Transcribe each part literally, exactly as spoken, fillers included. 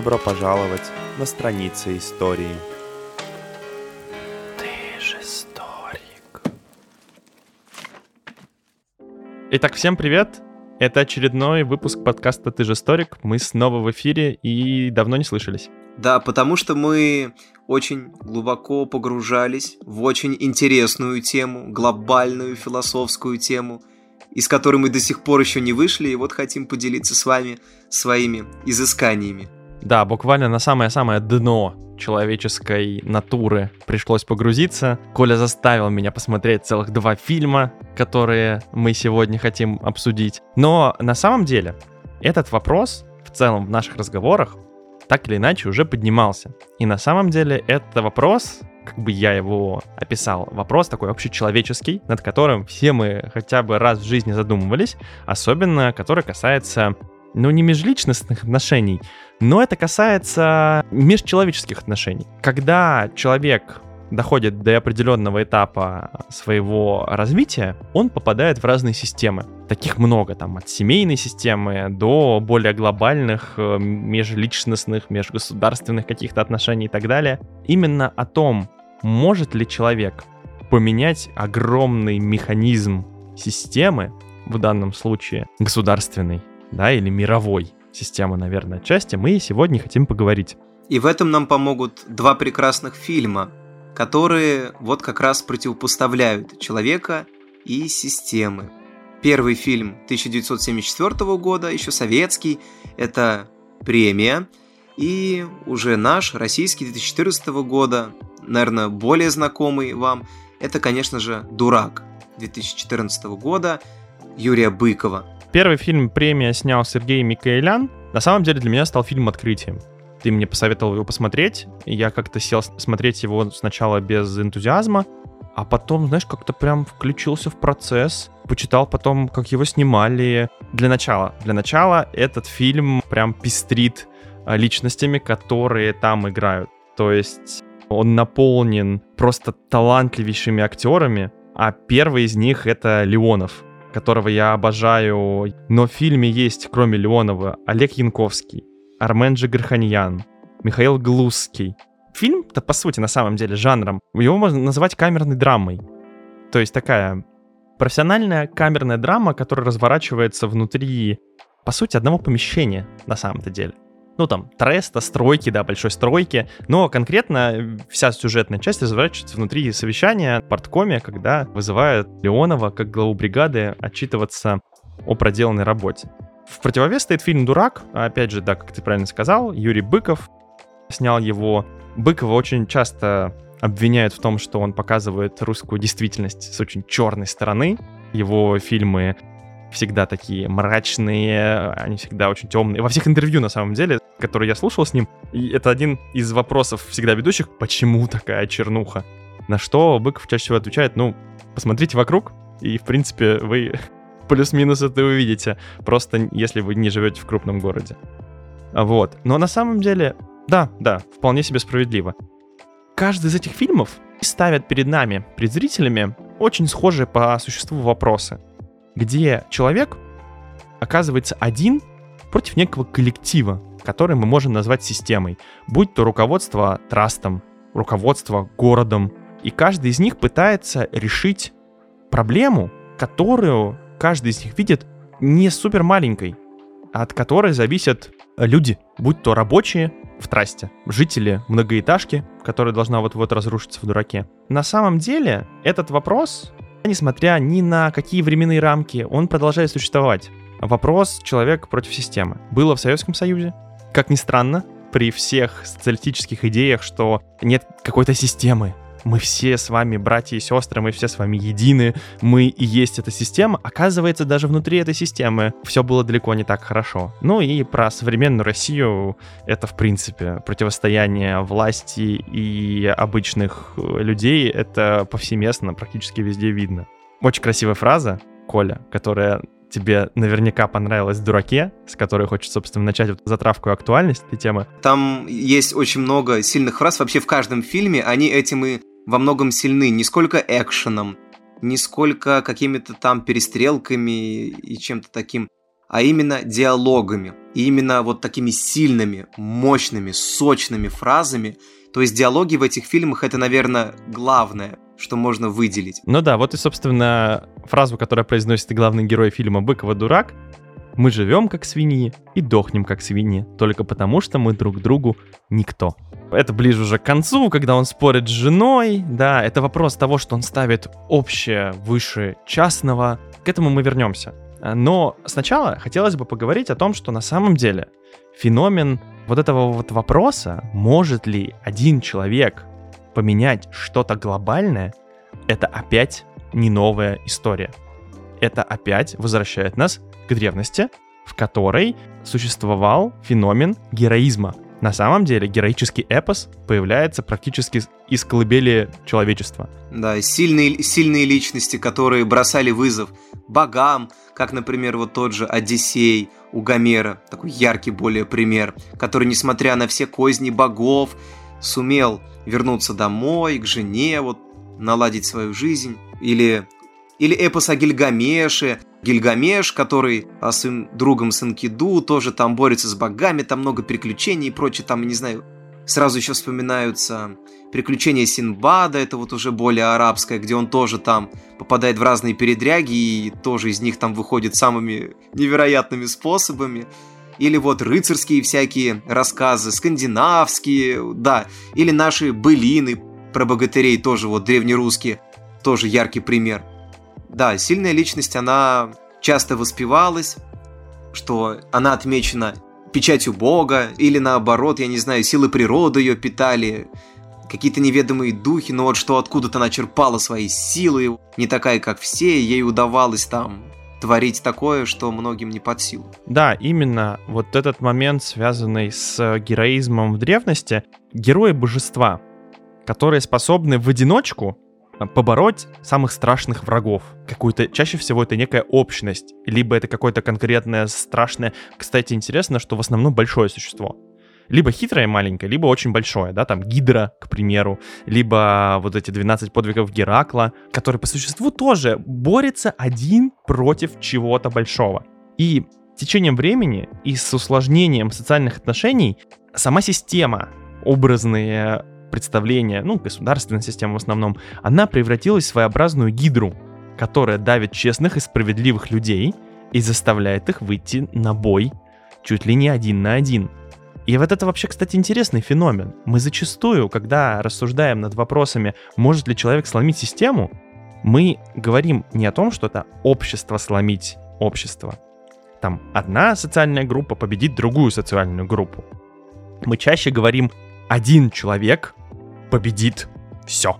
Добро пожаловать на страницы истории. Ты же историк. Итак, всем привет! Это очередной выпуск подкаста «Ты же историк». Мы снова в эфире и давно не слышались. Да, потому что мы очень глубоко погружались в очень интересную тему, глобальную философскую тему, из которой мы до сих пор еще не вышли, и вот хотим поделиться с вами своими изысканиями. Да, буквально на самое-самое дно человеческой натуры пришлось погрузиться. Коля заставил меня посмотреть целых два фильма, которые мы сегодня хотим обсудить. Но на самом деле этот вопрос в целом в наших разговорах так или иначе уже поднимался. И на самом деле это вопрос, как бы я его описал, вопрос такой общечеловеческий, над которым все мы хотя бы раз в жизни задумывались, особенно который касается, ну, не межличностных отношений, но это касается межчеловеческих отношений. Когда человек доходит до определенного этапа своего развития, он попадает в разные системы. Таких много, там, от семейной системы до более глобальных, межличностных, межгосударственных каких-то отношений и так далее. Именно о том, может ли человек поменять огромный механизм системы, в данном случае государственной, да, или мировой системы, наверное, отчасти, мы сегодня хотим поговорить. И в этом нам помогут два прекрасных фильма, которые вот как раз противопоставляют человека и системы. Первый фильм тысяча девятьсот семьдесят четвёртого года, еще советский, это «Премия». И уже наш, российский, две тысячи четырнадцатого года, наверное, более знакомый вам, это, конечно же, «Дурак» две тысячи четырнадцатого года Юрия Быкова. Первый фильм «Премия» снял Сергей Микоян. На самом деле для меня стал фильм открытием. Ты мне посоветовал его посмотреть, и я как-то сел смотреть его сначала без энтузиазма, а потом, знаешь, как-то прям включился в процесс, почитал потом, как его снимали. Для начала, для начала этот фильм прям пестрит личностями, которые там играют. То есть он наполнен просто талантливейшими актерами, а первый из них — это Леонов, которого я обожаю. Но в фильме есть, кроме Леонова, Олег Янковский, Армен Джигарханьян, Михаил Глузский. Фильм-то, по сути, на самом деле, жанром, его можно назвать камерной драмой. То есть такая профессиональная камерная драма, которая разворачивается внутри, по сути, одного помещения, на самом-то деле. Ну, там, треста, стройки, да, большой стройки. Но конкретно вся сюжетная часть разворачивается внутри совещания в парткоме, когда вызывают Леонова, как главу бригады, отчитываться о проделанной работе. В противовес стоит фильм «Дурак». Опять же, да, как ты правильно сказал, Юрий Быков снял его. Быкова очень часто обвиняют в том, что он показывает русскую действительность с очень черной стороны. Его фильмы всегда такие мрачные, они всегда очень темные. Во всех интервью, на самом деле, которые я слушал с ним, и это один из вопросов всегда ведущих: почему такая чернуха? На что Быков чаще всего отвечает: ну, посмотрите вокруг, и, в принципе, вы плюс-минус это увидите, просто если вы не живете в крупном городе. Вот. Но на самом деле, да, да, вполне себе справедливо. Каждый из этих фильмов ставит перед нами, перед зрителями, очень схожие по существу вопросы, где человек оказывается один против некого коллектива, который мы можем назвать системой, будь то руководство трастом, руководство городом. И каждый из них пытается решить проблему, которую каждый из них видит не супер маленькой, от которой зависят люди, будь то рабочие в трасте, жители многоэтажки, которая должна вот-вот разрушиться в «Дураке». На самом деле этот вопрос, несмотря ни на какие временные рамки, он продолжает существовать. Вопрос человека против системы. Было в Советском Союзе. Как ни странно, при всех социалистических идеях, что нет какой-то системы, мы все с вами братья и сестры, мы все с вами едины, мы и есть эта система. Оказывается, даже внутри этой системы все было далеко не так хорошо. Ну и про современную Россию это, в принципе, противостояние власти и обычных людей, это повсеместно, практически везде видно. Очень красивая фраза, Коля, которая тебе наверняка понравилась в «Дураке», с которой хочется, собственно, начать вот затравку и актуальность этой темы. Там есть очень много сильных фраз. Вообще в каждом фильме они этим и во многом сильны. Не сколько экшеном, не сколько какими-то там перестрелками и чем-то таким, а именно диалогами. И именно вот такими сильными, мощными, сочными фразами. То есть диалоги в этих фильмах — это, наверное, главное, что можно выделить. Ну да, вот и, собственно, фразу, которая произносит главный герой фильма «Быкова дурак». «Мы живем как свиньи и дохнем как свиньи, только потому, что мы друг другу никто». Это ближе уже к концу, когда он спорит с женой. Да, это вопрос того, что он ставит общее выше частного. К этому мы вернемся. Но сначала хотелось бы поговорить о том, что на самом деле феномен вот этого вот вопроса, может ли один человек поменять что-то глобальное, это опять не новая история. Это опять возвращает нас к древности, в которой существовал феномен героизма. На самом деле героический эпос появляется практически из колыбели человечества. Да, сильные, сильные личности, которые бросали вызов богам, как, например, вот тот же Одиссей у Гомера, такой яркий более пример, который, несмотря на все козни богов, сумел вернуться домой, к жене, вот, наладить свою жизнь. Или, или эпос о Гильгамеше. Гильгамеш, который а своим другом с Энкиду тоже там борется с богами, там много приключений и прочее, там, не знаю, сразу еще вспоминаются приключения Синдбада, это вот уже более арабское, где он тоже там попадает в разные передряги и тоже из них там выходит самыми невероятными способами. Или вот рыцарские всякие рассказы, скандинавские, да, или наши былины про богатырей, тоже вот древнерусские, тоже яркий пример. Да, сильная личность, она часто воспевалась, что она отмечена печатью Бога, или наоборот, я не знаю, силы природы ее питали, какие-то неведомые духи, но вот что откуда-то она черпала свои силы, не такая, как все, ей удавалось там творить такое, что многим не под силу. Да, именно вот этот момент, связанный с героизмом в древности, герои божества, которые способны в одиночку побороть самых страшных врагов. Какую-то, чаще всего это некая общность, либо это какое-то конкретное страшное. Кстати, интересно, что в основном большое существо. Либо хитрое маленькое, либо очень большое, да, там Гидра, к примеру, либо вот эти двенадцать подвигов Геракла, который по существу тоже борется один против чего-то большого. И с течением времени и с усложнением социальных отношений сама система, образные представления, ну, государственная система в основном, она превратилась в своеобразную гидру, которая давит честных и справедливых людей и заставляет их выйти на бой чуть ли не один на один. И вот это вообще, кстати, интересный феномен. Мы зачастую, когда рассуждаем над вопросами, может ли человек сломить систему, мы говорим не о том, что это общество сломить общество. Там одна социальная группа победит другую социальную группу. Мы чаще говорим, один человек победит все.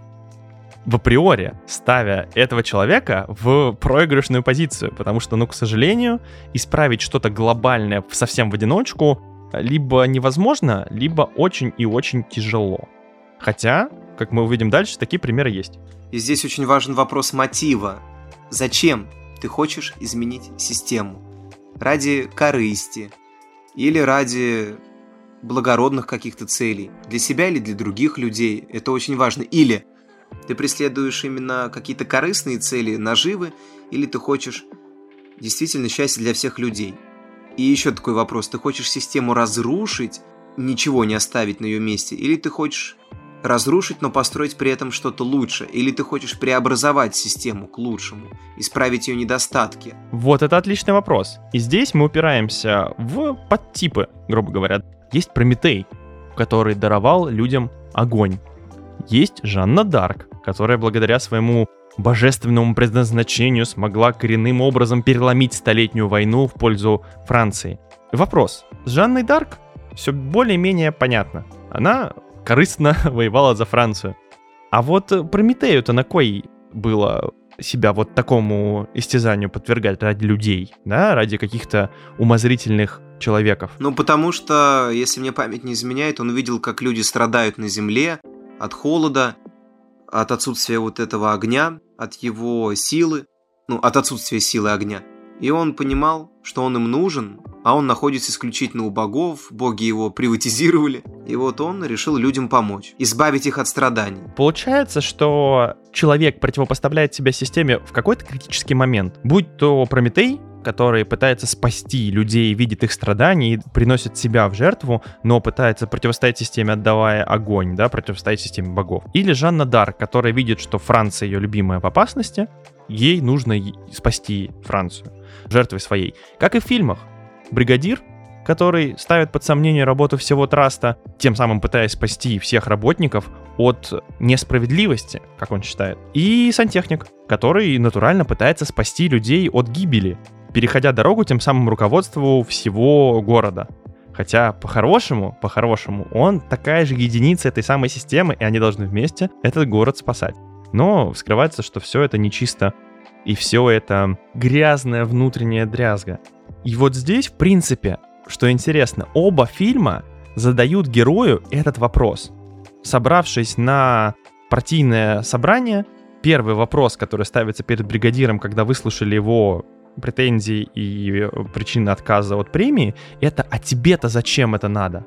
В априори ставя этого человека в проигрышную позицию, потому что, ну, к сожалению, исправить что-то глобальное совсем в одиночку либо невозможно, либо очень и очень тяжело. Хотя, как мы увидим дальше, такие примеры есть. И здесь очень важен вопрос мотива. Зачем ты хочешь изменить систему? Ради корысти или ради благородных каких-то целей? Для себя или для других людей? Это очень важно. Или ты преследуешь именно какие-то корыстные цели, наживы, или ты хочешь действительно счастья для всех людей? И еще такой вопрос. Ты хочешь систему разрушить, ничего не оставить на ее месте? Или ты хочешь разрушить, но построить при этом что-то лучше? Или ты хочешь преобразовать систему к лучшему, исправить ее недостатки? Вот это отличный вопрос. И здесь мы упираемся в подтипы, грубо говоря. Есть Прометей, который даровал людям огонь. Есть Жанна д'Арк, которая благодаря своему божественному предназначению смогла коренным образом переломить столетнюю войну в пользу Франции. Вопрос. С Жанной д'Арк все более-менее понятно. Она корыстно воевала за Францию. А вот Прометею-то на кой было себя вот такому истязанию подвергать ради людей, да, ради каких-то умозрительных человеков? Ну, потому что, если мне память не изменяет, он увидел, как люди страдают на земле от холода, от отсутствия вот этого огня, от его силы, ну, от отсутствия силы огня. И он понимал, что он им нужен, а он находится исключительно у богов, боги его приватизировали, и вот он решил людям помочь, избавить их от страданий. Получается, что человек противопоставляет себя системе в какой-то критический момент. Будь то Прометей, который пытается спасти людей, видит их страдания и приносит себя в жертву, но пытается противостоять системе, отдавая огонь, да, противостоять системе богов. Или Жанна Дарк, которая видит, что Франция ее любимая в опасности, ей нужно спасти Францию жертвой своей. Как и в фильмах. Бригадир, который ставит под сомнение работу всего траста, тем самым пытаясь спасти всех работников от несправедливости, как он считает. И сантехник, который натурально пытается спасти людей от гибели, переходя дорогу тем самым руководству всего города. Хотя по-хорошему, по-хорошему, он такая же единица этой самой системы, и они должны вместе этот город спасать. Но вскрывается, что все это нечисто, и все это грязная внутренняя дрязга. И вот здесь, в принципе, что интересно, оба фильма задают герою этот вопрос. Собравшись на партийное собрание, первый вопрос, который ставится перед бригадиром, когда выслушали его претензии и причины отказа от премии, это «а тебе-то зачем это надо?»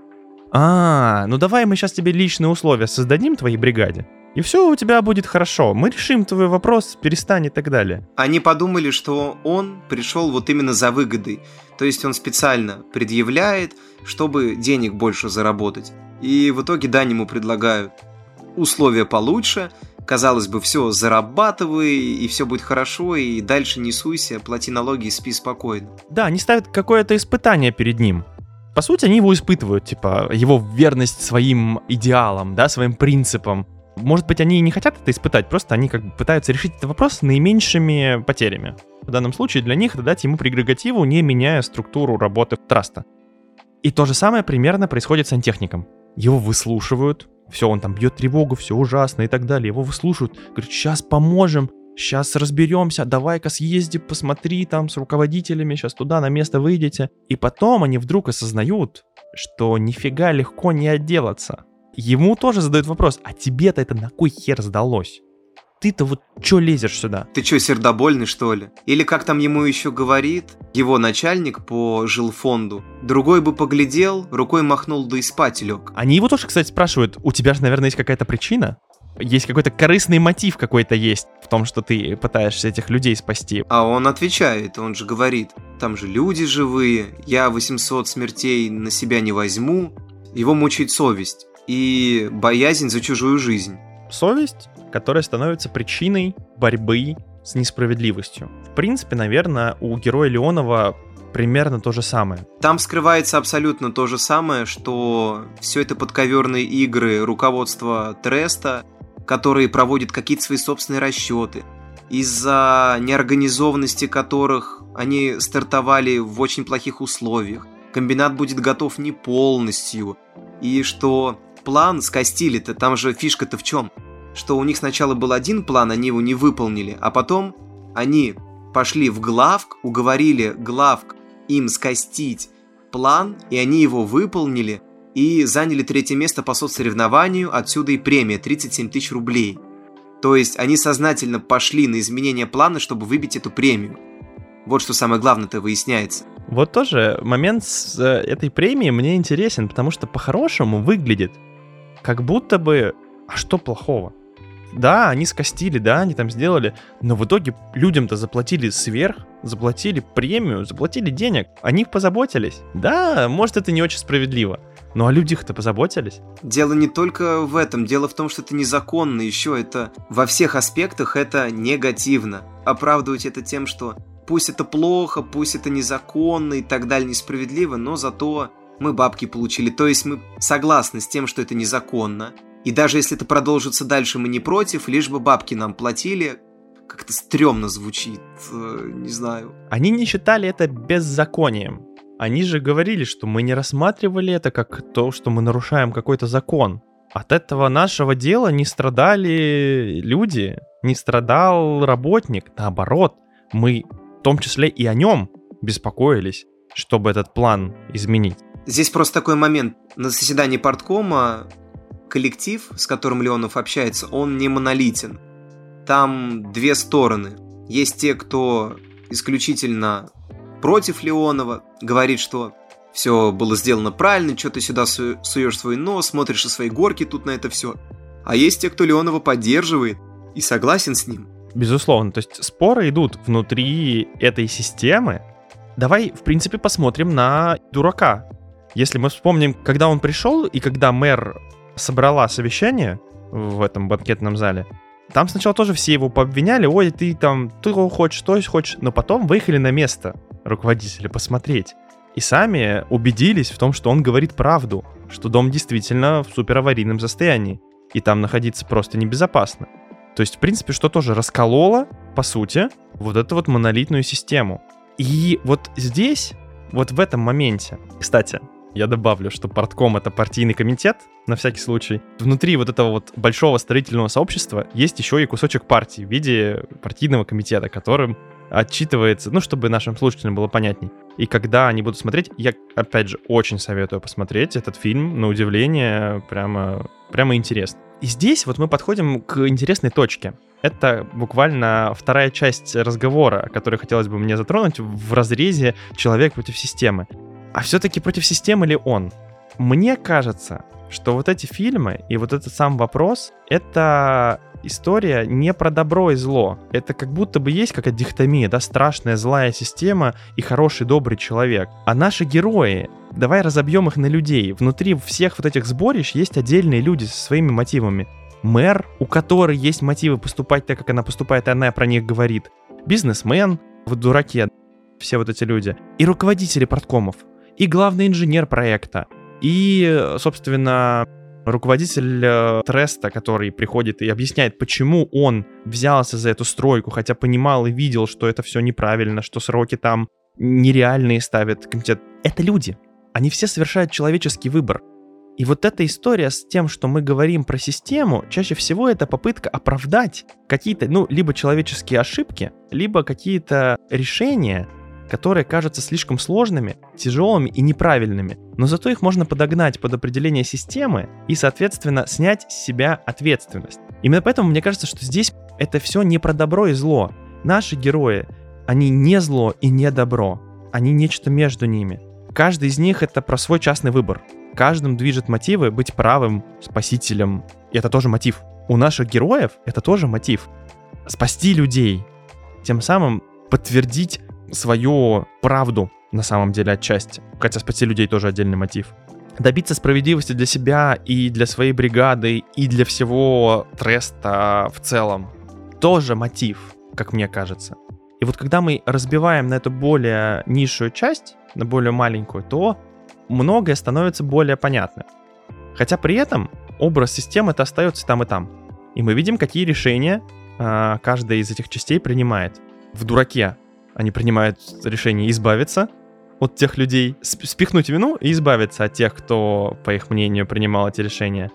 «А, ну давай мы сейчас тебе личные условия создадим твоей бригаде, и все у тебя будет хорошо, мы решим твой вопрос, перестань» и так далее. Они подумали, что он пришел вот именно за выгодой, то есть он специально предъявляет, чтобы денег больше заработать. И в итоге Дань ему предлагают условия получше, казалось бы, все, зарабатывай, и все будет хорошо, и дальше не суйся, плати налоги и спи спокойно. Да, они ставят какое-то испытание перед ним. По сути, они его испытывают, типа, его верность своим идеалам, да, своим принципам. Может быть, они и не хотят это испытать, просто они как бы пытаются решить этот вопрос с наименьшими потерями. В данном случае для них это дать ему прерогативу, не меняя структуру работы траста. И то же самое примерно происходит с сантехником. Его выслушивают, все, он там бьет тревогу, все ужасно и так далее. Его выслушивают, говорят, сейчас поможем, сейчас разберемся, давай-ка съезди, посмотри там с руководителями, сейчас туда на место выйдете. И потом они вдруг осознают, что нифига легко не отделаться. Ему тоже задают вопрос, а тебе-то это на кой хер сдалось? Ты-то вот чё лезешь сюда? Ты чё, сердобольный, что ли? Или как там ему еще говорит его начальник по жилфонду, другой бы поглядел, рукой махнул, да и спать лег. Они его тоже, кстати, спрашивают, у тебя же, наверное, есть какая-то причина? Есть какой-то корыстный мотив какой-то есть в том, что ты пытаешься этих людей спасти. А он отвечает, он же говорит, там же люди живые, я восемьсот смертей на себя не возьму. Его мучает совесть и боязнь за чужую жизнь. Совесть, которая становится причиной борьбы с несправедливостью. В принципе, наверное, у героя Леонова примерно то же самое. Там скрывается абсолютно то же самое, что все это подковерные игры руководства Треста, которые проводят какие-то свои собственные расчеты, из-за неорганизованности которых они стартовали в очень плохих условиях. Комбинат будет готов не полностью. И что план скостили-то, там же фишка-то в чем? Что у них сначала был один план, они его не выполнили, а потом они пошли в главк, уговорили главк им скостить план, и они его выполнили, и заняли третье место по соцсоревнованию, отсюда и премия тридцать семь тысяч рублей. То есть они сознательно пошли на изменение плана, чтобы выбить эту премию. Вот что самое главное-то выясняется. Вот тоже момент с этой премией мне интересен, потому что по-хорошему выглядит, как будто бы, а что плохого? Да, они скостили, да, они там сделали, но в итоге людям-то заплатили сверх, заплатили премию, заплатили денег, о них позаботились. Да, может, это не очень справедливо, но о людях-то позаботились. Дело не только в этом, дело в том, что это незаконно, еще это во всех аспектах это негативно. Оправдывать это тем, что пусть это плохо, пусть это незаконно и так далее, несправедливо, но зато мы бабки получили, то есть мы согласны с тем, что это незаконно. И даже если это продолжится дальше, мы не против, лишь бы бабки нам платили. Как-то стрёмно звучит, э, не знаю. Они не считали это беззаконием. Они же говорили, что мы не рассматривали это как то, что мы нарушаем какой-то закон. От этого нашего дела не страдали люди, не страдал работник. Наоборот, мы в том числе и о нем беспокоились, чтобы этот план изменить. Здесь просто такой момент. На заседании парткома коллектив, с которым Леонов общается, он не монолитен. Там две стороны. Есть те, кто исключительно против Леонова, говорит, что все было сделано правильно, что ты сюда су- суешь свой нос, смотришь из своей горки тут на это все. А есть те, кто Леонова поддерживает и согласен с ним. Безусловно, то есть споры идут внутри этой системы, давай, в принципе, посмотрим на дурака. Если мы вспомним, когда он пришел и когда мэр собрала совещание в этом банкетном зале, там сначала тоже все его пообвиняли, ой, ты там, ты хочешь, то есть хочешь, но потом выехали на место руководители посмотреть. И сами убедились в том, что он говорит правду, что дом действительно в супераварийном состоянии, и там находиться просто небезопасно. То есть, в принципе, что тоже раскололо, по сути, вот эту вот монолитную систему. И вот здесь, вот в этом моменте, кстати, я добавлю, что партком — это партийный комитет, на всякий случай. Внутри вот этого вот большого строительного сообщества есть еще и кусочек партии в виде партийного комитета, которым отчитывается, ну, чтобы нашим слушателям было понятней. И когда они будут смотреть, я, опять же, очень советую посмотреть этот фильм, на удивление, прямо, прямо интересно. И здесь вот мы подходим к интересной точке. Это буквально вторая часть разговора, которую хотелось бы мне затронуть в разрезе «Человек против системы». А все-таки против системы ли он? Мне кажется, что вот эти фильмы и вот этот сам вопрос — это история не про добро и зло. Это как будто бы есть какая-то дихотомия, да, страшная злая система и хороший добрый человек. А наши герои, давай разобьем их на людей. Внутри всех вот этих сборищ есть отдельные люди со своими мотивами. Мэр, у которой есть мотивы поступать так, как она поступает, и она про них говорит. Бизнесмен в дураке, все вот эти люди. И руководители парткомов, и главный инженер проекта, и, собственно, руководитель э, Треста, который приходит и объясняет, почему он взялся за эту стройку, хотя понимал и видел, что это все неправильно, что сроки там нереальные ставит комитет. Это люди. Они все совершают человеческий выбор. И вот эта история с тем, что мы говорим про систему, чаще всего это попытка оправдать какие-то, ну, либо человеческие ошибки, либо какие-то решения, которые кажутся слишком сложными, тяжелыми и неправильными. Но зато их можно подогнать под определение системы и, соответственно, снять с себя ответственность. Именно поэтому мне кажется, что здесь это все не про добро и зло. Наши герои, они не зло и не добро. Они нечто между ними. Каждый из них — это про свой частный выбор. Каждым движет мотивы быть правым спасителем. И это тоже мотив. У наших героев это тоже мотив. Спасти людей. Тем самым подтвердить свою правду на самом деле отчасти. Хотя спасти людей тоже отдельный мотив. Добиться справедливости для себя и для своей бригады, и для всего Треста в целом. Тоже мотив, как мне кажется. И вот когда мы разбиваем на эту более низшую часть, на более маленькую, то многое становится более понятно. Хотя при этом образ системы-то остается там и там. И мы видим, какие решения э, каждая из этих частей принимает. В «Дураке» они принимают решение избавиться от тех людей, спихнуть вину и избавиться от тех, кто, по их мнению, принимал эти решения.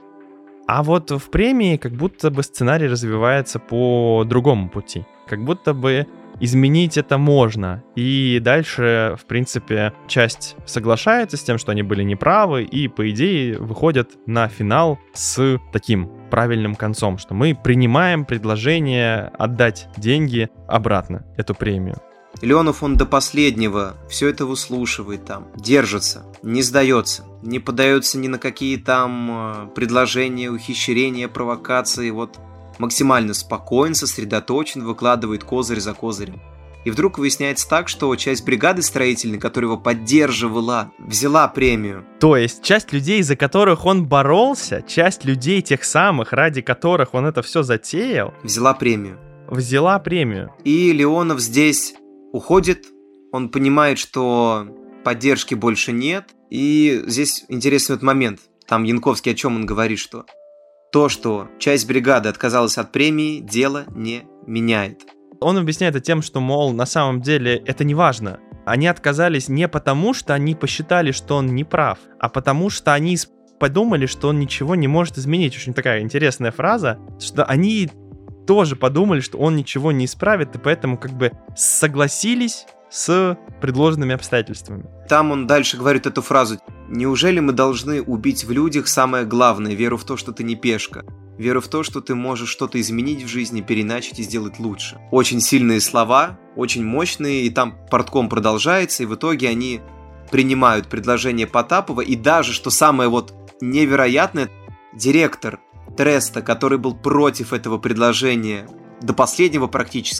А вот в «Премии» как будто бы сценарий развивается по другому пути. Как будто бы изменить это можно. И дальше, в принципе, часть соглашается с тем, что они были неправы, и, по идее, выходят на финал с таким правильным концом, что мы принимаем предложение отдать деньги обратно, эту премию. Леонов, он до последнего все это выслушивает там, держится, не сдается, не поддается ни на какие там предложения, ухищрения, провокации, вот максимально спокоен, сосредоточен, выкладывает козырь за козырем. И вдруг выясняется так, что часть бригады строительной, которая его поддерживала, взяла премию. То есть часть людей, за которых он боролся, часть людей тех самых, ради которых он это все затеял, взяла премию. Взяла премию. И Леонов здесь уходит, он понимает, что поддержки больше нет. И здесь интересный вот момент. Там Янковский о чем он говорит, что то, что часть бригады отказалась от премии, дело не меняет. Он объясняет это тем, что, мол, на самом деле это не важно. Они отказались не потому, что они посчитали, что он не прав, а потому что они подумали, что он ничего не может изменить. Очень такая интересная фраза, что они тоже подумали, что он ничего не исправит, и поэтому как бы согласились с предложенными обстоятельствами. Там он дальше говорит эту фразу: «Неужели мы должны убить в людях самое главное, веру в то, что ты не пешка? Веру в то, что ты можешь что-то изменить в жизни, переначать и сделать лучше». Очень сильные слова, очень мощные, и там партком продолжается, и в итоге они принимают предложение Потапова, и даже, что самое вот невероятное, директор Треста, который был против этого предложения до последнего практически,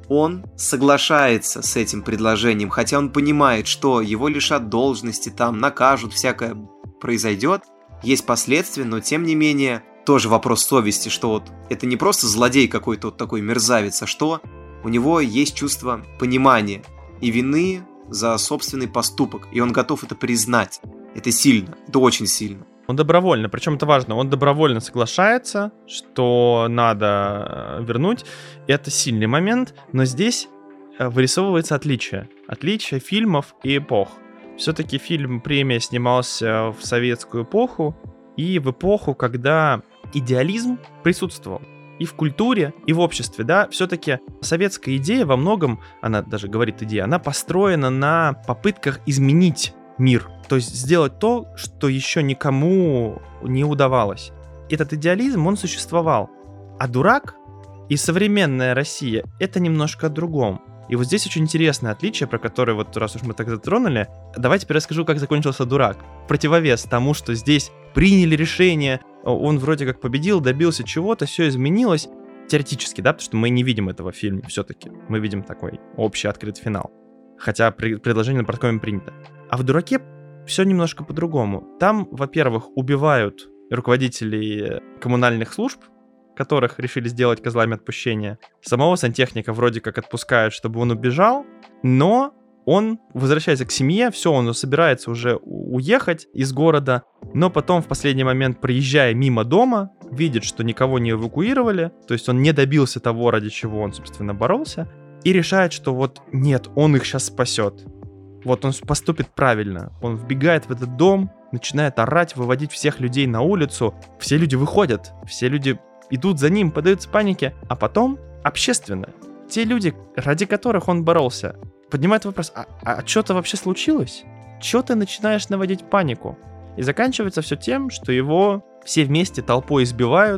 он соглашается с этим предложением, хотя он понимает, что его лишат должности, там накажут, всякое произойдет, есть последствия, но тем не менее тоже вопрос совести, что вот это не просто злодей какой-то вот такой мерзавец, а что у него есть чувство понимания и вины за собственный поступок, и он готов это признать. Это сильно, это очень сильно. Он добровольно, причем это важно, он добровольно соглашается, что надо вернуть. Это сильный момент, но здесь вырисовывается отличие. Отличие фильмов и эпох. Все-таки фильм «Премия» снимался в советскую эпоху и в эпоху, когда идеализм присутствовал и в культуре, и в обществе, да, все-таки советская идея во многом, она даже говорит идея, она построена на попытках изменить мир, то есть сделать то, что еще никому не удавалось. Этот идеализм, он существовал, а «Дурак» и современная Россия — это немножко о другом. И вот здесь очень интересное отличие, про которое вот раз уж мы так затронули, давайте теперь расскажу, как закончился «Дурак». Противовес тому, что здесь приняли решение, он вроде как победил, добился чего-то, все изменилось. Теоретически, да, потому что мы не видим этого в фильме все-таки. Мы видим такой общий открытый финал. Хотя предложение на парткоме принято. А в «Дураке» все немножко по-другому. Там, во-первых, убивают руководителей коммунальных служб, которых решили сделать козлами отпущения. Самого сантехника вроде как отпускают, чтобы он убежал, но он возвращается к семье, все, он собирается уже уехать из города, но потом в последний момент, проезжая мимо дома, видит, что никого не эвакуировали, то есть он не добился того, ради чего он, собственно, боролся, и решает, что вот нет, он их сейчас спасет. Вот он поступит правильно. Он вбегает в этот дом, начинает орать, выводить всех людей на улицу. Все люди выходят, все люди идут за ним, поддаются панике, а потом общественно. Те люди, ради которых он боролся, поднимают вопрос, а, а что-то вообще случилось? Чё ты начинаешь наводить панику? И заканчивается все тем, что его все вместе толпой избивают,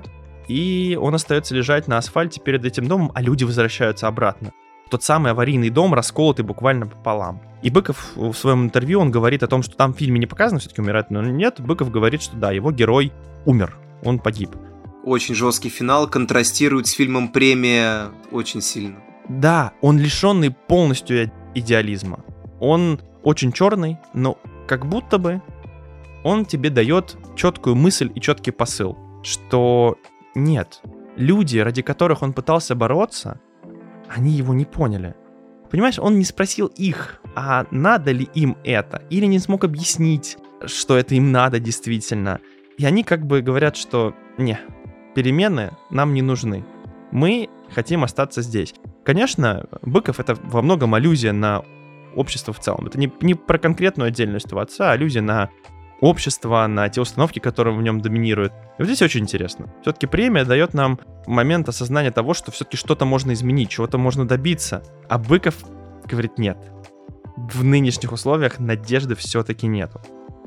и он остается лежать на асфальте перед этим домом, а люди возвращаются обратно. Тот самый аварийный дом, расколотый буквально пополам. И Быков в своем интервью, он говорит о том, что там в фильме не показано, все-таки умирает, но нет. Быков говорит, что да, его герой умер, он погиб. Очень жесткий финал, контрастирует с фильмом «Премия» очень сильно. Да, он лишенный полностью идеализма. Он очень черный, но как будто бы он тебе дает четкую мысль и четкий посыл, что нет, люди, ради которых он пытался бороться, они его не поняли. Понимаешь, он не спросил их, а надо ли им это, или не смог объяснить, что это им надо действительно. И они как бы говорят, что не, перемены нам не нужны. Мы хотим остаться здесь. Конечно, Быков — это во многом аллюзия на общество в целом. Это не, не про конкретную отдельную ситуацию, а аллюзия на общество, на те установки, которые в нем доминируют. И вот здесь очень интересно. Все-таки премия дает нам момент осознания того, что все-таки что-то можно изменить, чего-то можно добиться. А Быков говорит, нет. В нынешних условиях надежды все-таки нету.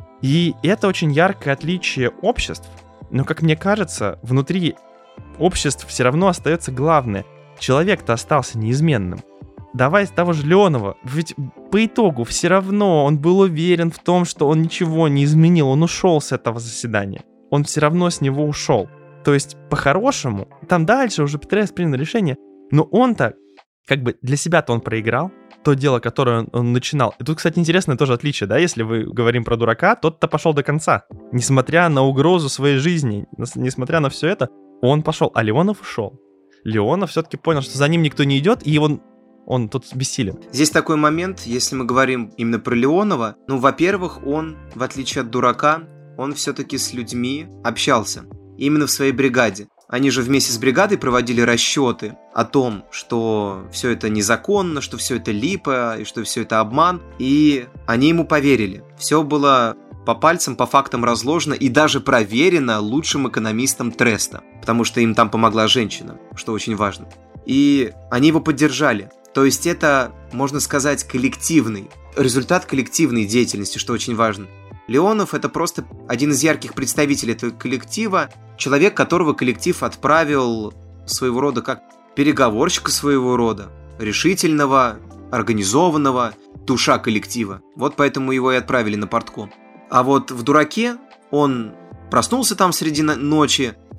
И это очень яркое отличие обществ. Но, как мне кажется, внутри обществ все равно остается главное. Человек-то остался неизменным. Давай с того же Леонова, ведь по итогу все равно он был уверен в том, что он ничего не изменил, он ушел с этого заседания. Он все равно с него ушел. То есть, по-хорошему, там дальше уже ПТС принял решение, но он-то, как бы для себя-то он проиграл, то дело, которое он, он начинал. И тут, кстати, интересное тоже отличие, да, если вы говорим про дурака, тот-то пошел до конца. Несмотря на угрозу своей жизни, несмотря на все это, он пошел, а Леонов ушел. Леонов все-таки понял, что за ним никто не идет, и его... он тут бессилен. Здесь такой момент, если мы говорим именно про Леонова, ну, во-первых, он, в отличие от дурака, он все-таки с людьми общался. Именно в своей бригаде. Они же вместе с бригадой проводили расчеты о том, что все это незаконно, что все это липа, и что все это обман. И они ему поверили. Все было по пальцам, по фактам разложено и даже проверено лучшим экономистом Треста. Потому что им там помогла женщина, что очень важно. И они его поддержали. То есть это, можно сказать, коллективный, результат коллективной деятельности, что очень важно. Леонов — это просто один из ярких представителей этого коллектива, человек, которого коллектив отправил своего рода как переговорщика своего рода, решительного, организованного, душа коллектива. Вот поэтому его и отправили на партком. А вот в «Дураке» он проснулся там среди ночи,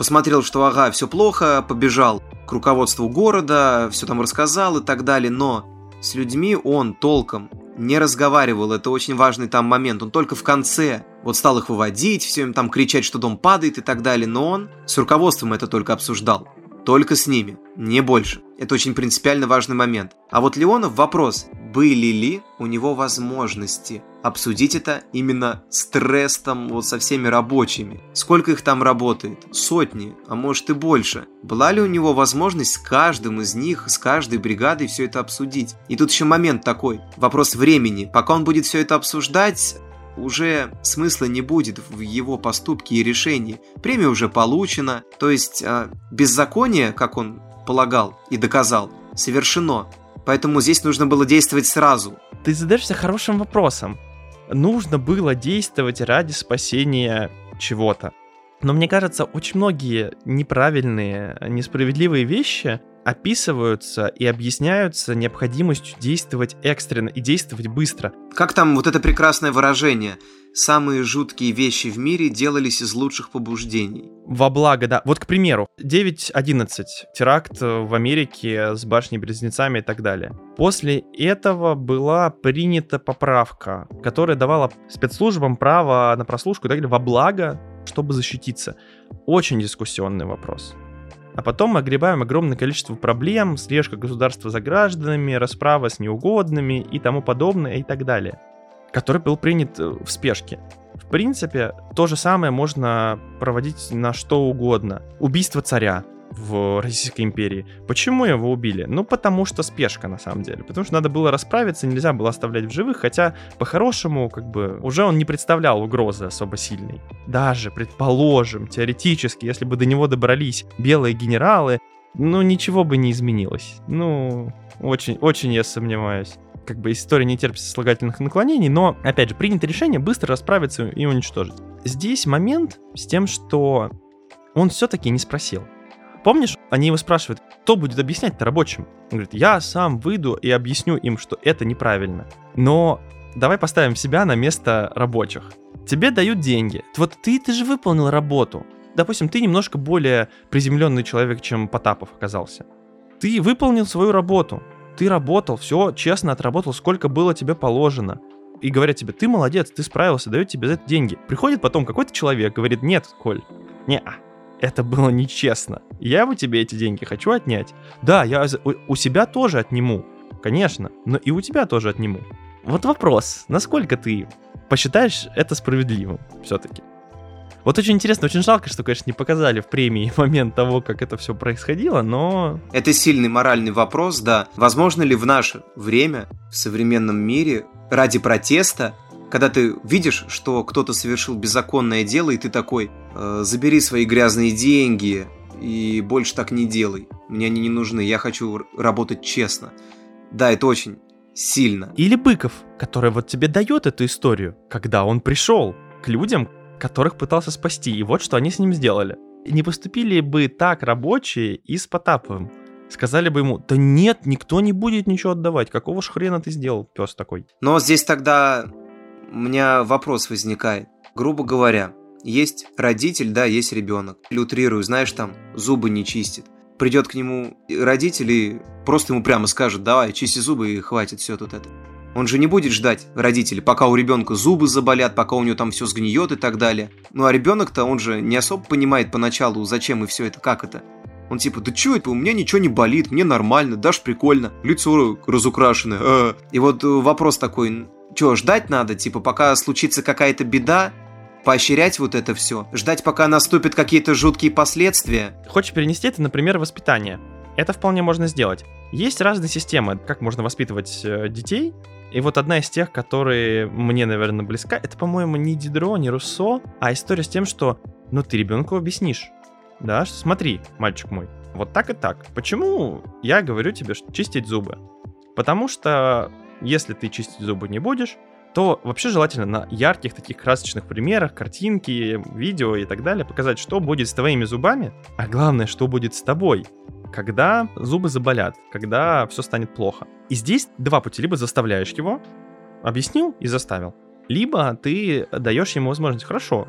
посмотрел, что ага, все плохо, побежал к руководству города, все там рассказал и так далее, но с людьми он толком не разговаривал, это очень важный там момент, он только в конце вот стал их выводить, все им там кричать, что дом падает и так далее, но он с руководством это только обсуждал, только с ними, не больше. Это очень принципиально важный момент. А вот Леонов вопрос, были ли у него возможности обсудить это именно с трестом, вот со всеми рабочими. Сколько их там работает? Сотни, а может и больше. Была ли у него возможность с каждым из них, с каждой бригадой все это обсудить? И тут еще момент такой, вопрос времени. Пока он будет все это обсуждать, уже смысла не будет в его поступке и решении. Премия уже получена, то есть э, беззаконие, как он полагал и доказал, совершено. Поэтому здесь нужно было действовать сразу. Ты задаешься хорошим вопросом. Нужно было действовать ради спасения чего-то. Но мне кажется, очень многие неправильные, несправедливые вещи описываются и объясняются необходимостью действовать экстренно и действовать быстро. Как там вот это прекрасное выражение? Самые жуткие вещи в мире делались из лучших побуждений. Во благо, да. Вот, к примеру, девять одиннадцать, теракт в Америке с башней-близнецами и так далее. После этого была принята поправка, которая давала спецслужбам право на прослушку и так далее во благо, чтобы защититься. Очень дискуссионный вопрос. А потом мы огребаем огромное количество проблем, слежка государства за гражданами, расправа с неугодными и тому подобное и так далее, который был принят в спешке. В принципе, то же самое можно проводить на что угодно. Убийство царя в Российской империи. Почему его убили? Ну, потому что спешка, на самом деле. Потому что надо было расправиться, нельзя было оставлять в живых, хотя, по-хорошему, как бы, уже он не представлял угрозы особо сильной. Даже, предположим, теоретически, если бы до него добрались белые генералы, ну, ничего бы не изменилось. Ну, очень, очень я сомневаюсь. Как бы история не терпит сослагательных наклонений, но, опять же, принято решение быстро расправиться и уничтожить. Здесь момент с тем, что он все-таки не спросил. Помнишь, они его спрашивают, кто будет объяснять-то рабочим? Он говорит, я сам выйду и объясню им, что это неправильно. Но давай поставим себя на место рабочих. Тебе дают деньги. Вот ты, ты же выполнил работу. Допустим, ты немножко более приземленный человек, чем Потапов оказался. Ты выполнил свою работу. Ты работал, все честно отработал, сколько было тебе положено. И говорят тебе, ты молодец, ты справился, дают тебе за это деньги. Приходит потом какой-то человек, говорит, нет, Коль, не-а. Это было нечестно. Я у тебя эти деньги хочу отнять. Да, я у себя тоже отниму, конечно, но и у тебя тоже отниму. Вот вопрос, насколько ты посчитаешь это справедливым все-таки? Вот очень интересно, очень жалко, что, конечно, не показали в премии момент того, как это все происходило, но... Это сильный моральный вопрос, да. Возможно ли в наше время, в современном мире, ради протеста, когда ты видишь, что кто-то совершил беззаконное дело, и ты такой, э, забери свои грязные деньги и больше так не делай. Мне они не нужны, я хочу работать честно. Да, это очень сильно. Или Быков, который вот тебе дает эту историю, когда он пришел к людям, которых пытался спасти, и вот что они с ним сделали. Не поступили бы так рабочие и с Потаповым. Сказали бы ему, да нет, никто не будет ничего отдавать, какого ж хрена ты сделал, пес такой. Но здесь тогда... У меня вопрос возникает. Грубо говоря, есть родитель, да, есть ребенок. Или утрирую, знаешь, там, зубы не чистит. Придет к нему родитель и просто ему прямо скажет, давай, чисти зубы и хватит все тут это. Он же не будет ждать родителей, пока у ребенка зубы заболят, пока у него там все сгниет и так далее. Ну а ребенок-то, он же не особо понимает поначалу, зачем и все это, как это. Он типа, да чё это, у меня ничего не болит, мне нормально, даже прикольно, лицо разукрашенное. А-а-а. И вот вопрос такой... Че, ждать надо, типа, пока случится какая-то беда, поощрять вот это все, ждать, пока наступят какие-то жуткие последствия. Хочешь перенести это, например, воспитание? Это вполне можно сделать. Есть разные системы, как можно воспитывать детей, и вот одна из тех, которые мне, наверное, близка, это, по-моему, не Дидро, не Руссо, а история с тем, что, ну, ты ребенку объяснишь, да, что смотри, мальчик мой, вот так и так. Почему я говорю тебе, что чистить зубы? Потому что... Если ты чистить зубы не будешь, то вообще желательно на ярких таких красочных примерах, картинки, видео и так далее показать, что будет с твоими зубами, а главное, что будет с тобой, когда зубы заболят, когда все станет плохо. И здесь два пути. Либо заставляешь его, объяснил и заставил, либо ты даешь ему возможность, хорошо,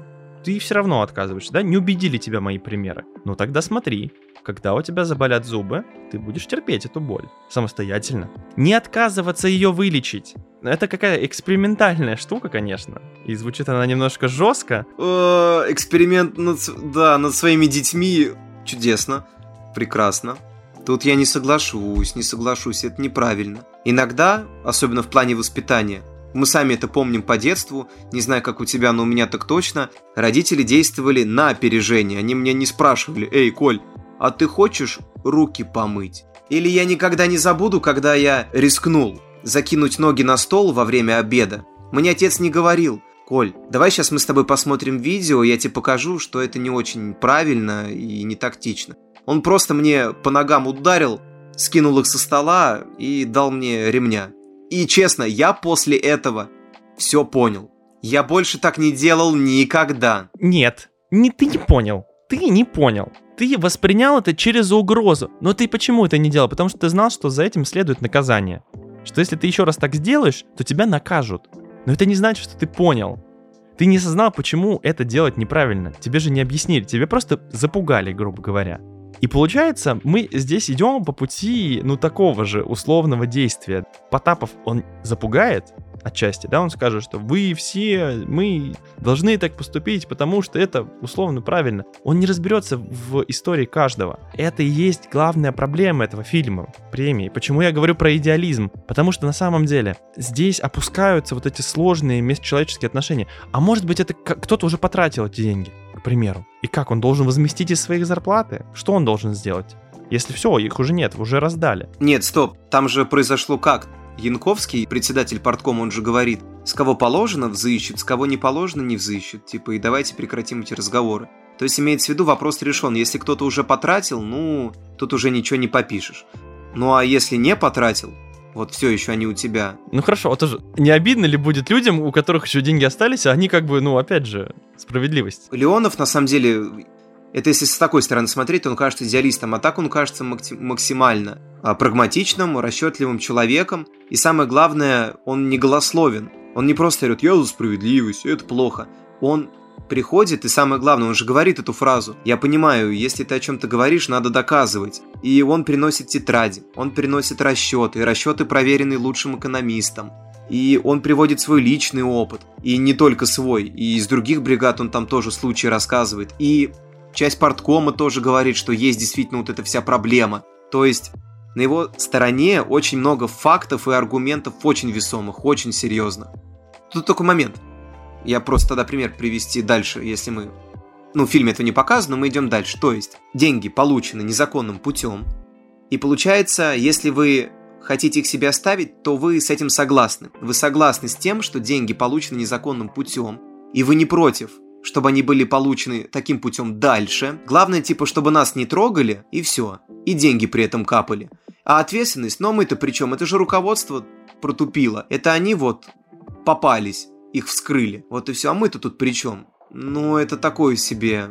ты все равно отказываешься, да? Не убедили тебя мои примеры. Ну тогда смотри, когда у тебя заболят зубы, ты будешь терпеть эту боль самостоятельно. Не отказываться ее вылечить. Это какая экспериментальная штука, конечно. И звучит она немножко жестко. Эксперимент над, да, над своими детьми чудесно, прекрасно. Тут я не соглашусь, не соглашусь, это неправильно. Иногда, особенно в плане воспитания, мы сами это помним по детству, не знаю, как у тебя, но у меня так точно, родители действовали на опережение. Они меня не спрашивали: «Эй, Коль, а ты хочешь руки помыть?» Или я никогда не забуду, когда я рискнул закинуть ноги на стол во время обеда. Мне отец не говорил: «Коль, давай сейчас мы с тобой посмотрим видео, я тебе покажу, что это не очень правильно и не тактично». Он просто мне по ногам ударил, скинул их со стола и дал мне ремня. И честно, я после этого все понял. Я больше так не делал никогда. Нет, не ты не понял. Ты не понял. Ты воспринял это через угрозу. Но ты почему это не делал? Потому что ты знал, что за этим следует наказание. Что если ты еще раз так сделаешь, то тебя накажут. Но это не значит, что ты понял. Ты не осознал, почему это делать неправильно. Тебе же не объяснили, тебе просто запугали, грубо говоря. И получается, мы здесь идем по пути, ну, такого же условного действия. Потапов, он запугает отчасти, да, он скажет, что вы все, мы должны так поступить, потому что это условно правильно. Он не разберется в истории каждого. Это и есть главная проблема этого фильма, премии. Почему я говорю про идеализм? Потому что на самом деле здесь опускаются вот эти сложные межчеловеческие отношения. А может быть, это кто-то уже потратил эти деньги, к примеру. И как, он должен возместить из своих зарплаты? Что он должен сделать? Если все, их уже нет, уже раздали. Нет, стоп, там же произошло как? Янковский, председатель парткома, он же говорит: с кого положено взыщут, с кого не положено не взыщут. Типа, и давайте прекратим эти разговоры. То есть имеется в виду, вопрос решен. Если кто-то уже потратил, ну, тут уже ничего не попишешь. Ну а если не потратил, вот все еще они у тебя. Ну хорошо, вот тоже не обидно ли будет людям, у которых еще деньги остались, а они как бы, ну опять же, справедливость. Леонов на самом деле, это если с такой стороны смотреть, то он кажется идеалистом, а так он кажется максимально прагматичным, расчетливым человеком. И самое главное, он не голословен. Он не просто говорит: я за справедливость, это плохо. Он приходит, и самое главное, он же говорит эту фразу: я понимаю, если ты о чем-то говоришь, надо доказывать. И он приносит тетради, он приносит расчеты, и расчеты проверены лучшим экономистом. И он приводит свой личный опыт, и не только свой, и из других бригад он там тоже случаи рассказывает. И часть парткома тоже говорит, что есть действительно вот эта вся проблема. То есть на его стороне очень много фактов и аргументов очень весомых, очень серьезно. Тут такой момент. Я просто тогда пример привести дальше, если мы... Ну, в фильме этого не показано, но мы идем дальше. То есть, деньги получены незаконным путем. И получается, если вы хотите их себе оставить, то вы с этим согласны. Вы согласны с тем, что деньги получены незаконным путем. И вы не против, чтобы они были получены таким путем дальше. Главное, типа, чтобы нас не трогали, и все. И деньги при этом капали. А ответственность, ну мы-то при чем? Это же руководство протупило. Это они вот попались, их вскрыли. Вот и все. А мы-то тут при чем? Ну, это такое себе.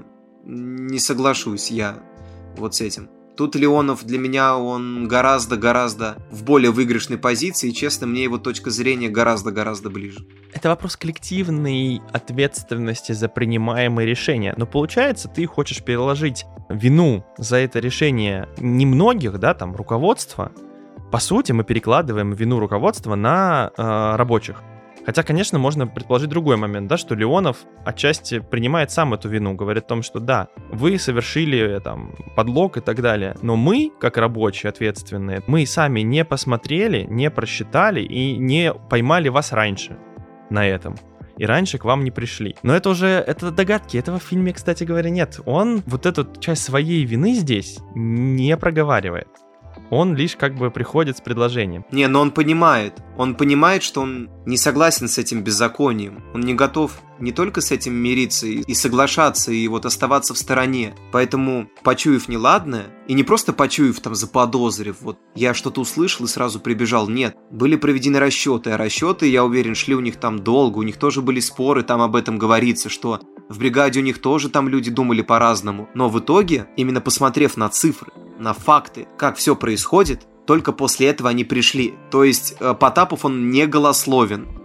Не соглашусь я вот с этим. Тут Леонов для меня, он гораздо-гораздо в более выигрышной позиции, и, честно, мне его точка зрения гораздо-гораздо ближе. Это вопрос коллективной ответственности за принимаемые решения. Но получается, ты хочешь переложить вину за это решение немногих, да, там, руководства. По сути, мы перекладываем вину руководства на э, рабочих. Хотя, конечно, можно предположить другой момент, да, что Леонов отчасти принимает сам эту вину, говорит о том, что да, вы совершили там подлог и так далее, но мы, как рабочие ответственные, мы сами не посмотрели, не просчитали и не поймали вас раньше на этом. И раньше к вам не пришли. Но это уже, это догадки, этого в фильме, кстати говоря, нет. Он вот эту часть своей вины здесь не проговаривает. Он лишь как бы приходит с предложением. Не, но он понимает. Он понимает, что он не согласен с этим беззаконием. Он не готов не только с этим мириться и соглашаться, и вот оставаться в стороне. Поэтому, почуяв неладное, и не просто почуяв там, заподозрив, вот я что-то услышал и сразу прибежал. Нет, были проведены расчеты, а расчеты, я уверен, шли у них там долго, у них тоже были споры, там об этом говорится, что в бригаде у них тоже там люди думали по-разному. Но в итоге, именно посмотрев на цифры, на факты, как все происходит, только после этого они пришли. То есть Потапов, он не голословен.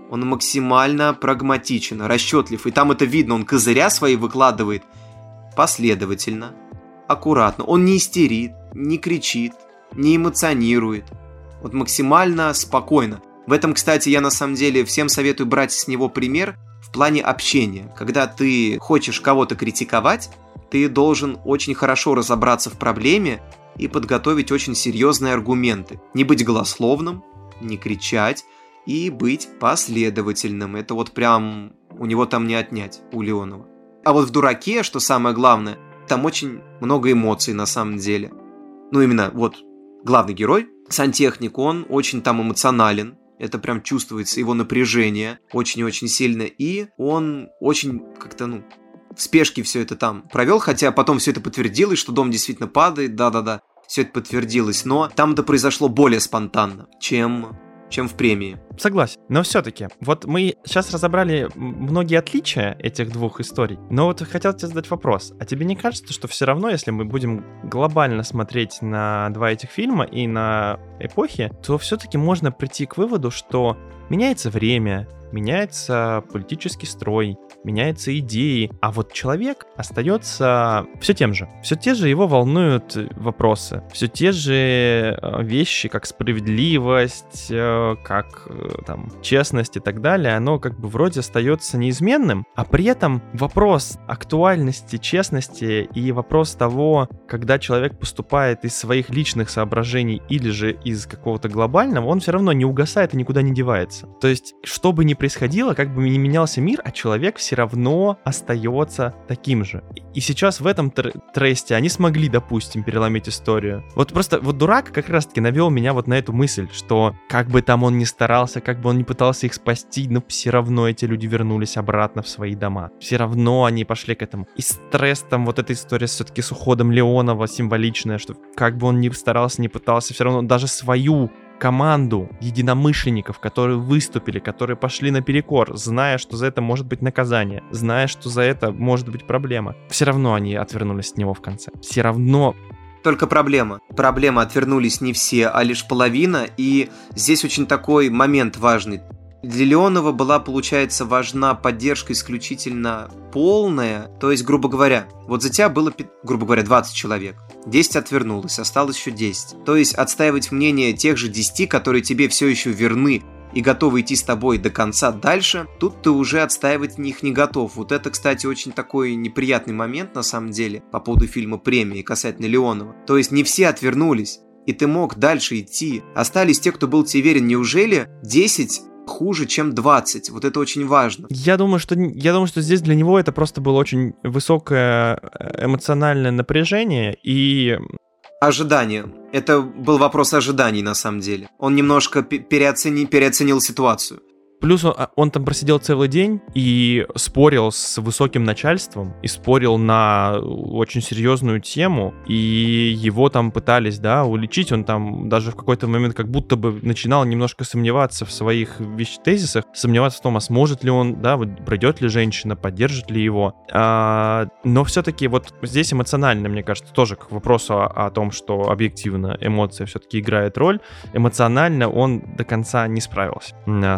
Он максимально прагматичен, расчетлив. И там это видно, он козыря свои выкладывает последовательно, аккуратно. Он не истерит, не кричит, не эмоционирует. Вот максимально спокойно. В этом, кстати, я на самом деле всем советую брать с него пример в плане общения. Когда ты хочешь кого-то критиковать, ты должен очень хорошо разобраться в проблеме и подготовить очень серьезные аргументы. Не быть голословным, не кричать и быть последовательным. Это вот прям у него там не отнять, у Леонова. А вот в «Дураке», что самое главное, там очень много эмоций на самом деле. Ну именно вот главный герой, сантехник, он очень там эмоционален. Это прям чувствуется, его напряжение очень и очень сильно. И он очень как-то, ну, в спешке все это там провел, хотя потом все это подтвердилось, что дом действительно падает, да-да-да, все это подтвердилось, но там это произошло более спонтанно, чем, чем в «Премии». Согласен, но все-таки, вот мы сейчас разобрали многие отличия этих двух историй, но вот хотел тебе задать вопрос, а тебе не кажется, что все равно, если мы будем глобально смотреть на два этих фильма и на эпохи, то все-таки можно прийти к выводу, что меняется время, меняется политический строй, меняются идеи, а вот человек остается все тем же. Все те же его волнуют вопросы, все те же вещи, как справедливость, как там честность и так далее, оно как бы вроде остается неизменным, а при этом вопрос актуальности, честности и вопрос того, когда человек поступает из своих личных соображений или же из какого-то глобального, он все равно не угасает и никуда не девается. То есть, что бы ни происходило, как бы ни менялся мир, а человек все равно остается таким же. И сейчас в этом тр- тресте они смогли, допустим, переломить историю. Вот просто вот «Дурак» как раз-таки навел меня вот на эту мысль, что как бы там он ни старался, как бы он ни пытался их спасти, но все равно эти люди вернулись обратно в свои дома. Все равно они пошли к этому. И стресс там, вот эта история все-таки с уходом Леонова символичная, что как бы он ни старался, ни пытался, все равно даже свою команду единомышленников, которые выступили, которые пошли наперекор, зная, что за это может быть наказание, зная, что за это может быть проблема. Все равно они отвернулись от него в конце. Все равно... Только проблема. Проблема, отвернулись не все, а лишь половина, и здесь очень такой момент важный. Для Леонова была, получается, важна поддержка исключительно полная, то есть, грубо говоря, вот за тебя было, грубо говоря, двадцать человек, десять отвернулось, осталось еще десять. То есть отстаивать мнение тех же десяти, которые тебе все еще верны и готовы идти с тобой до конца дальше, тут ты уже отстаивать них не готов. Вот это, кстати, очень такой неприятный момент, на самом деле, по поводу фильма «Премии» касательно Леонова. То есть не все отвернулись, и ты мог дальше идти. Остались те, кто был тебе верен. Неужели десять хуже, чем двадцать? Вот это очень важно. Я думаю, что, я думаю, что здесь для него это просто было очень высокое эмоциональное напряжение и... Ожидание. Это был вопрос ожиданий, на самом деле. Он немножко переоцени... переоценил ситуацию. Плюс он, он там просидел целый день и спорил с высоким начальством, и спорил на очень серьезную тему, и его там пытались, да, уличить. Он там даже в какой-то момент как будто бы начинал немножко сомневаться в своих вещ- тезисах, сомневаться в том, а сможет ли он, да, вот пройдет ли женщина, поддержит ли его. А, но все-таки вот здесь эмоционально, мне кажется, тоже к вопросу о, о том, что объективно эмоция все-таки играет роль, эмоционально он до конца не справился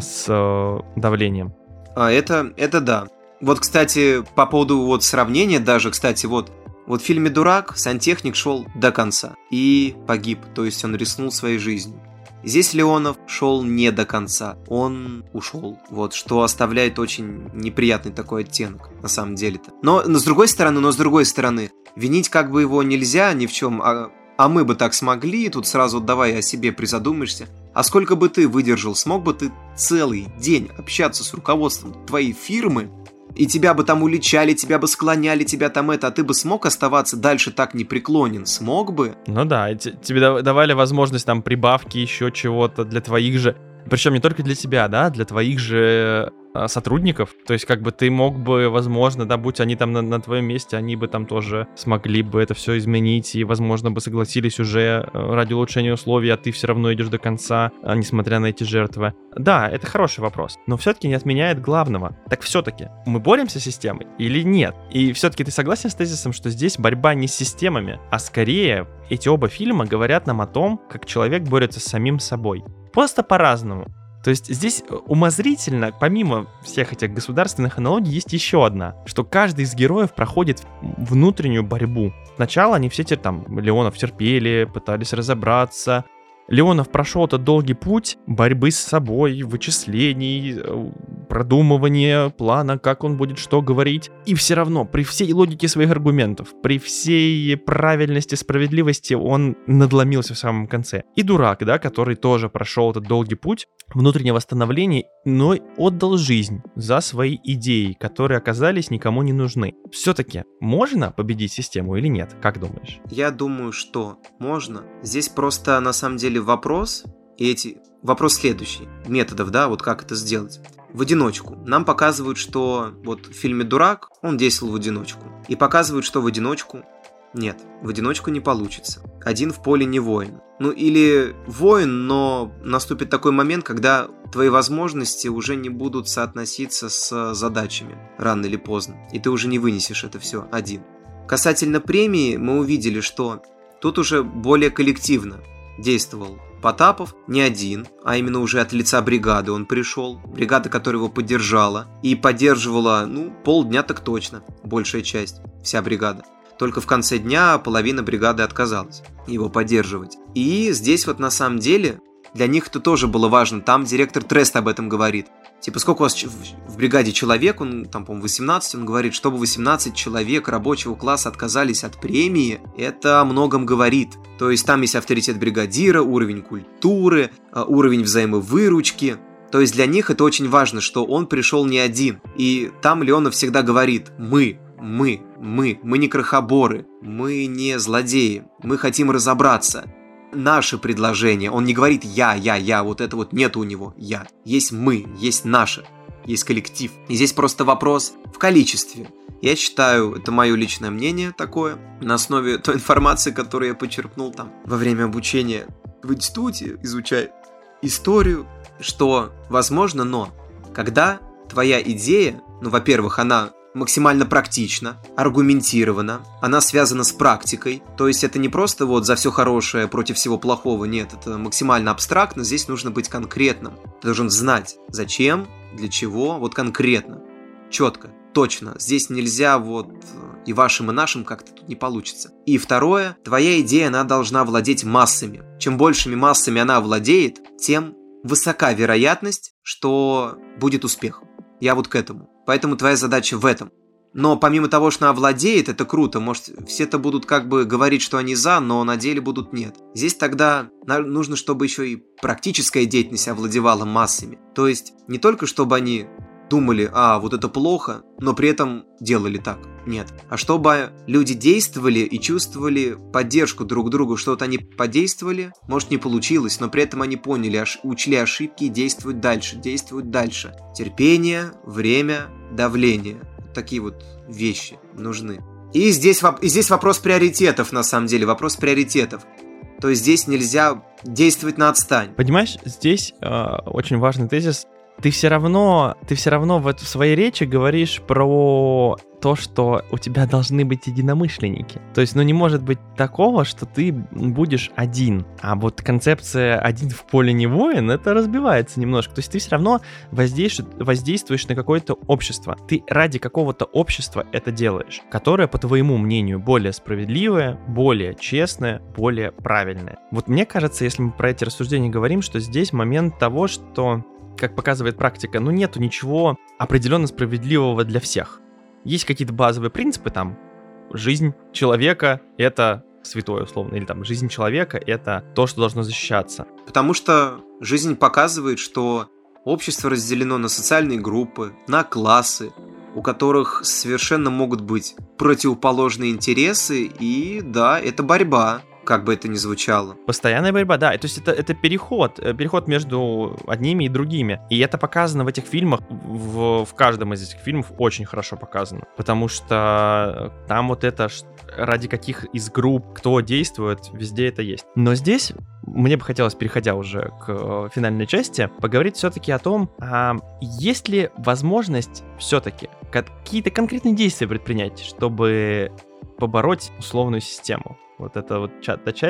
с давлением. А это, это да. Вот, кстати, по поводу вот сравнения даже, кстати, вот, вот в фильме «Дурак» сантехник шел до конца и погиб, то есть он рискнул своей жизнью. Здесь Леонов шел не до конца, он ушел, вот, что оставляет очень неприятный такой оттенок, на самом деле-то. Но, но с другой стороны, но с другой стороны, винить как бы его нельзя ни в чем, а, а мы бы так смогли, тут сразу давай о себе призадумаешься. А сколько бы ты выдержал, смог бы ты целый день общаться с руководством твоей фирмы, и тебя бы там уличали, тебя бы склоняли, тебя там это, а ты бы смог оставаться дальше так непреклонен? Смог бы? Ну да, тебе давали возможность там прибавки, еще чего-то для твоих же, причем не только для тебя, да, для твоих же сотрудников, то есть как бы ты мог бы, возможно, да, будь они там на, на твоем месте, они бы там тоже смогли бы это все изменить и, возможно, бы согласились уже ради улучшения условий, а ты все равно идешь до конца, несмотря на эти жертвы. Да, это хороший вопрос, но все-таки не отменяет главного. Так все-таки мы боремся с системой или нет? И все-таки ты согласен с тезисом, что здесь борьба не с системами, а скорее эти оба фильма говорят нам о том, как человек борется с самим собой. Просто по-разному. То есть здесь умозрительно, помимо всех этих государственных аналогий, есть еще одна, что каждый из героев проходит внутреннюю борьбу. Сначала они все там, Леонов терпели, пытались разобраться. Леонов прошел этот долгий путь борьбы с собой, вычислений, продумывания плана, как он будет что говорить. И все равно, при всей логике своих аргументов, при всей правильности, справедливости, он надломился в самом конце. И дурак, да, который тоже прошел этот долгий путь внутреннего становления, но отдал жизнь за свои идеи, которые оказались никому не нужны. Все-таки можно победить систему или нет? Как думаешь? Я думаю, что можно. Здесь просто на самом деле вопрос, и эти... вопрос следующий. Методов, да, вот как это сделать. В одиночку. Нам показывают, что вот в фильме «Дурак» он действовал в одиночку. И показывают, что в одиночку нет, в одиночку не получится. Один в поле не воин. Ну или воин, но наступит такой момент, когда твои возможности уже не будут соотноситься с задачами, рано или поздно. И ты уже не вынесешь это все один. Касательно премии, мы увидели, что тут уже более коллективно действовал Потапов, не один, а именно уже от лица бригады он пришел. Бригада, которая его поддержала. И поддерживала, ну, полдня так точно, большая часть, вся бригада. Только в конце дня половина бригады отказалась его поддерживать. И здесь вот на самом деле для них это тоже было важно. Там директор Трест об этом говорит. Типа, сколько у вас в бригаде человек, он там, по-моему, восемнадцать, он говорит, чтобы восемнадцать человек рабочего класса отказались от премии, это о многом говорит. То есть там есть авторитет бригадира, уровень культуры, уровень взаимовыручки. То есть для них это очень важно, что он пришел не один. И там Леонов всегда говорит «мы». Мы, мы, мы не крохоборы, мы не злодеи, мы хотим разобраться. Наше предложение, он не говорит «я, я, я», вот это вот нет у него «я». Есть мы, есть наше, есть коллектив. И здесь просто вопрос в количестве. Я считаю, это мое личное мнение такое, на основе той информации, которую я почерпнул там во время обучения в институте, изучая историю, что возможно, но когда твоя идея, ну, во-первых, она максимально практично, аргументировано, она связана с практикой, то есть это не просто вот за все хорошее против всего плохого, нет, это максимально абстрактно, здесь нужно быть конкретным, ты должен знать, зачем, для чего, вот конкретно, четко, точно, здесь нельзя вот и вашим, и нашим как-то тут не получится. И второе, твоя идея, она должна владеть массами, чем большими массами она владеет, тем высока вероятность, что будет успех. Я вот к этому. Поэтому твоя задача в этом. Но помимо того, что она владеет, это круто. Может, все-то будут как бы говорить, что они за, но на деле будут нет. Здесь тогда нужно, чтобы еще и практическая деятельность овладевала массами. То есть не только, чтобы они думали, а, вот это плохо, но при этом делали так. Нет. А чтобы люди действовали и чувствовали поддержку друг другу, что-то они подействовали, может, не получилось, но при этом они поняли, учли ошибки и действуют дальше, действуют дальше. Терпение, время, давление. Такие вот вещи нужны. И здесь, и здесь вопрос приоритетов, на самом деле, вопрос приоритетов. То есть здесь нельзя действовать на отстань. Понимаешь, здесь э, очень важный тезис. Ты все равно, ты все равно в, в своей речи говоришь про то, что у тебя должны быть единомышленники. То есть, ну не может быть такого, что ты будешь один. А вот концепция «один в поле не воин» это разбивается немножко. То есть ты все равно воздействуешь, воздействуешь на какое-то общество. Ты ради какого-то общества это делаешь, которое, по твоему мнению, более справедливое, более честное, более правильное. Вот мне кажется, если мы про эти рассуждения говорим, что здесь момент того, что, как показывает практика, ну нету ничего определенно справедливого для всех. Есть какие-то базовые принципы, там, жизнь человека — это святое, условно, или там, жизнь человека — это то, что должно защищаться. Потому что жизнь показывает, что общество разделено на социальные группы, на классы, у которых совершенно могут быть противоположные интересы, и да, это борьба. Как бы это ни звучало. Постоянная борьба, да. То есть это, это переход, переход между одними и другими. И это показано в этих фильмах, в, в каждом из этих фильмов очень хорошо показано. Потому что там вот это, ради каких из групп кто действует, везде это есть. Но здесь мне бы хотелось, переходя уже к финальной части, поговорить все-таки о том, а есть ли возможность все-таки какие-то конкретные действия предпринять, чтобы побороть условную систему. Вот это вот эта часть.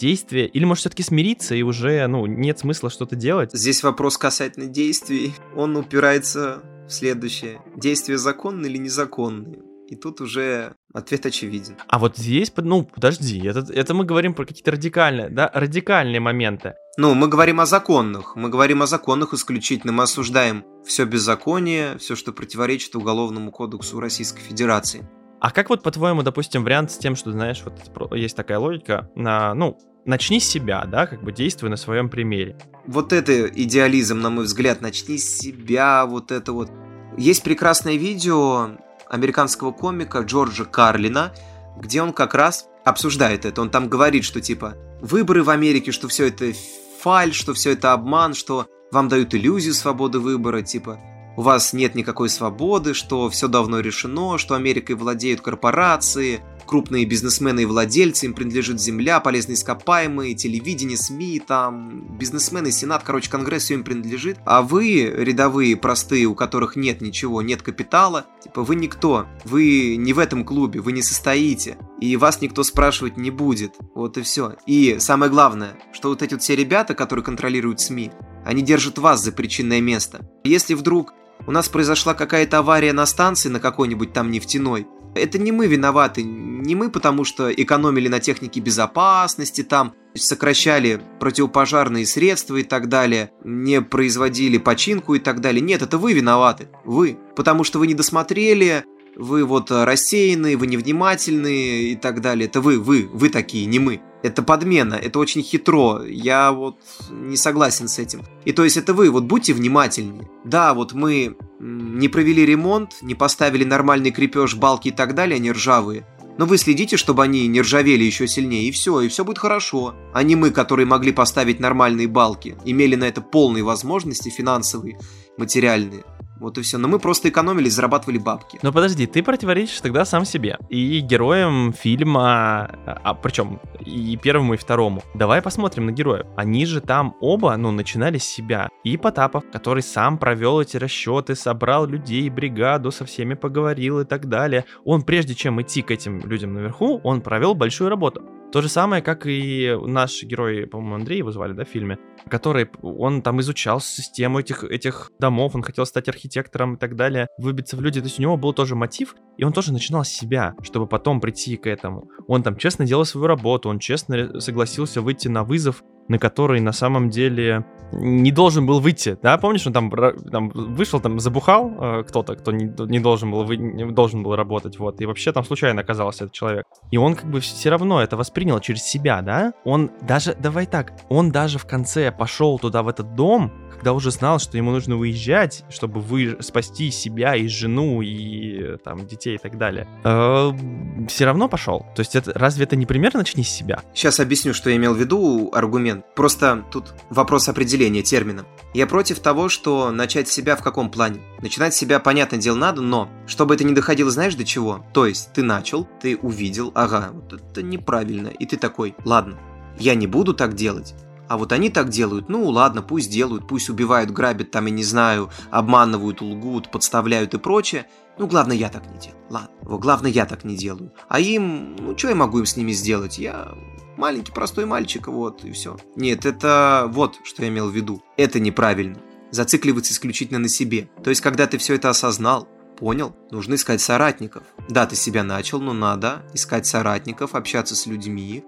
действия, или может все-таки смириться и уже, ну, нет смысла что-то делать? Здесь вопрос касательно действий, он упирается в следующее. Действия законные или незаконные? И тут уже ответ очевиден. А вот здесь, ну, подожди, это, это мы говорим про какие-то радикальные, да, радикальные моменты. Ну, мы говорим о законных, мы говорим о законных исключительно, мы осуждаем все беззаконие, все, что противоречит Уголовному кодексу Российской Федерации. А как вот, по-твоему, допустим, вариант с тем, что, знаешь, вот есть такая логика, на, ну, начни с себя, да, как бы действуй на своем примере. Вот это идеализм, на мой взгляд, начни с себя, вот это вот. Есть прекрасное видео американского комика Джорджа Карлина, где он как раз обсуждает это. Он там говорит, что типа выборы в Америке, что все это фальшь, что все это обман, что вам дают иллюзию свободы выбора, типа у вас нет никакой свободы, что все давно решено, что Америкой владеют корпорации, крупные бизнесмены и владельцы, им принадлежит земля, полезные ископаемые, телевидение, СМИ, там, бизнесмены, Сенат, короче, Конгресс, все им принадлежит. А вы, рядовые, простые, у которых нет ничего, нет капитала, типа, вы никто, вы не в этом клубе, вы не состоите, и вас никто спрашивать не будет. Вот и все. И самое главное, что вот эти вот все ребята, которые контролируют СМИ, они держат вас за причинное место. Если вдруг у нас произошла какая-то авария на станции, на какой-нибудь там нефтяной, это не мы виноваты, не мы, потому что экономили на технике безопасности, там сокращали противопожарные средства и так далее, не производили починку и так далее. Нет, это вы виноваты, вы, потому что вы не досмотрели, вы вот рассеянные, вы невнимательные и так далее. Это вы, вы, вы такие, не мы. Это подмена, это очень хитро, я вот не согласен с этим. И то есть это вы, вот будьте внимательнее. Да, вот мы не провели ремонт, не поставили нормальный крепеж, балки и так далее, они ржавые. Но вы следите, чтобы они не ржавели еще сильнее, и все, и все будет хорошо. А не мы, которые могли поставить нормальные балки, имели на это полные возможности финансовые, материальные. Вот и все. Но мы просто экономили, зарабатывали бабки. Но подожди, ты противоречишь тогда сам себе. И героям фильма, а причем и первому, и второму. Давай посмотрим на героев. Они же там оба, ну, начинали с себя. И Потапов, который сам провел эти расчеты, собрал людей, бригаду, со всеми поговорил и так далее. Он, прежде чем идти к этим людям наверху, он провел большую работу. То же самое, как и наш герой, по-моему, Андрей его звали, да, в фильме, который, он там изучал систему этих, этих домов, он хотел стать архитектором и так далее, выбиться в люди, то есть у него был тоже мотив, и он тоже начинал с себя, чтобы потом прийти к этому. Он там честно делал свою работу, он честно согласился выйти на вызов, на который на самом деле не должен был выйти, да, помнишь, он там, там вышел, там забухал э, кто-то, кто не, не, должен был, вы, не должен был работать, вот, и вообще там случайно оказался этот человек. И он как бы все равно это воспринял через себя, да, он даже, давай так, он даже в конце пошел туда, в этот дом, когда уже знал, что ему нужно уезжать, чтобы вы спасти себя и жену, и там детей и так далее. Э, все равно пошел. То есть это, разве это не пример «начни с себя»? Сейчас объясню, что я имел в виду, аргумент. Просто тут вопрос определения термина. Я против того, что начать с себя в каком плане? Начинать с себя, понятное дело, надо, но чтобы это не доходило, знаешь, до чего? То есть ты начал, ты увидел, ага, вот это неправильно, и ты такой, ладно, я не буду так делать. А вот они так делают, ну ладно, пусть делают, пусть убивают, грабят, там, я не знаю, обманывают, лгут, подставляют и прочее. Ну, главное, я так не делаю. Ладно, вот, главное, я так не делаю. А им, ну, что я могу им с ними сделать? Я маленький, простой мальчик, вот, и все. Нет, это вот, что я имел в виду. Это неправильно. Зацикливаться исключительно на себе. То есть, когда ты все это осознал, понял, нужно искать соратников. Да, ты себя начал, но надо искать соратников, общаться с людьми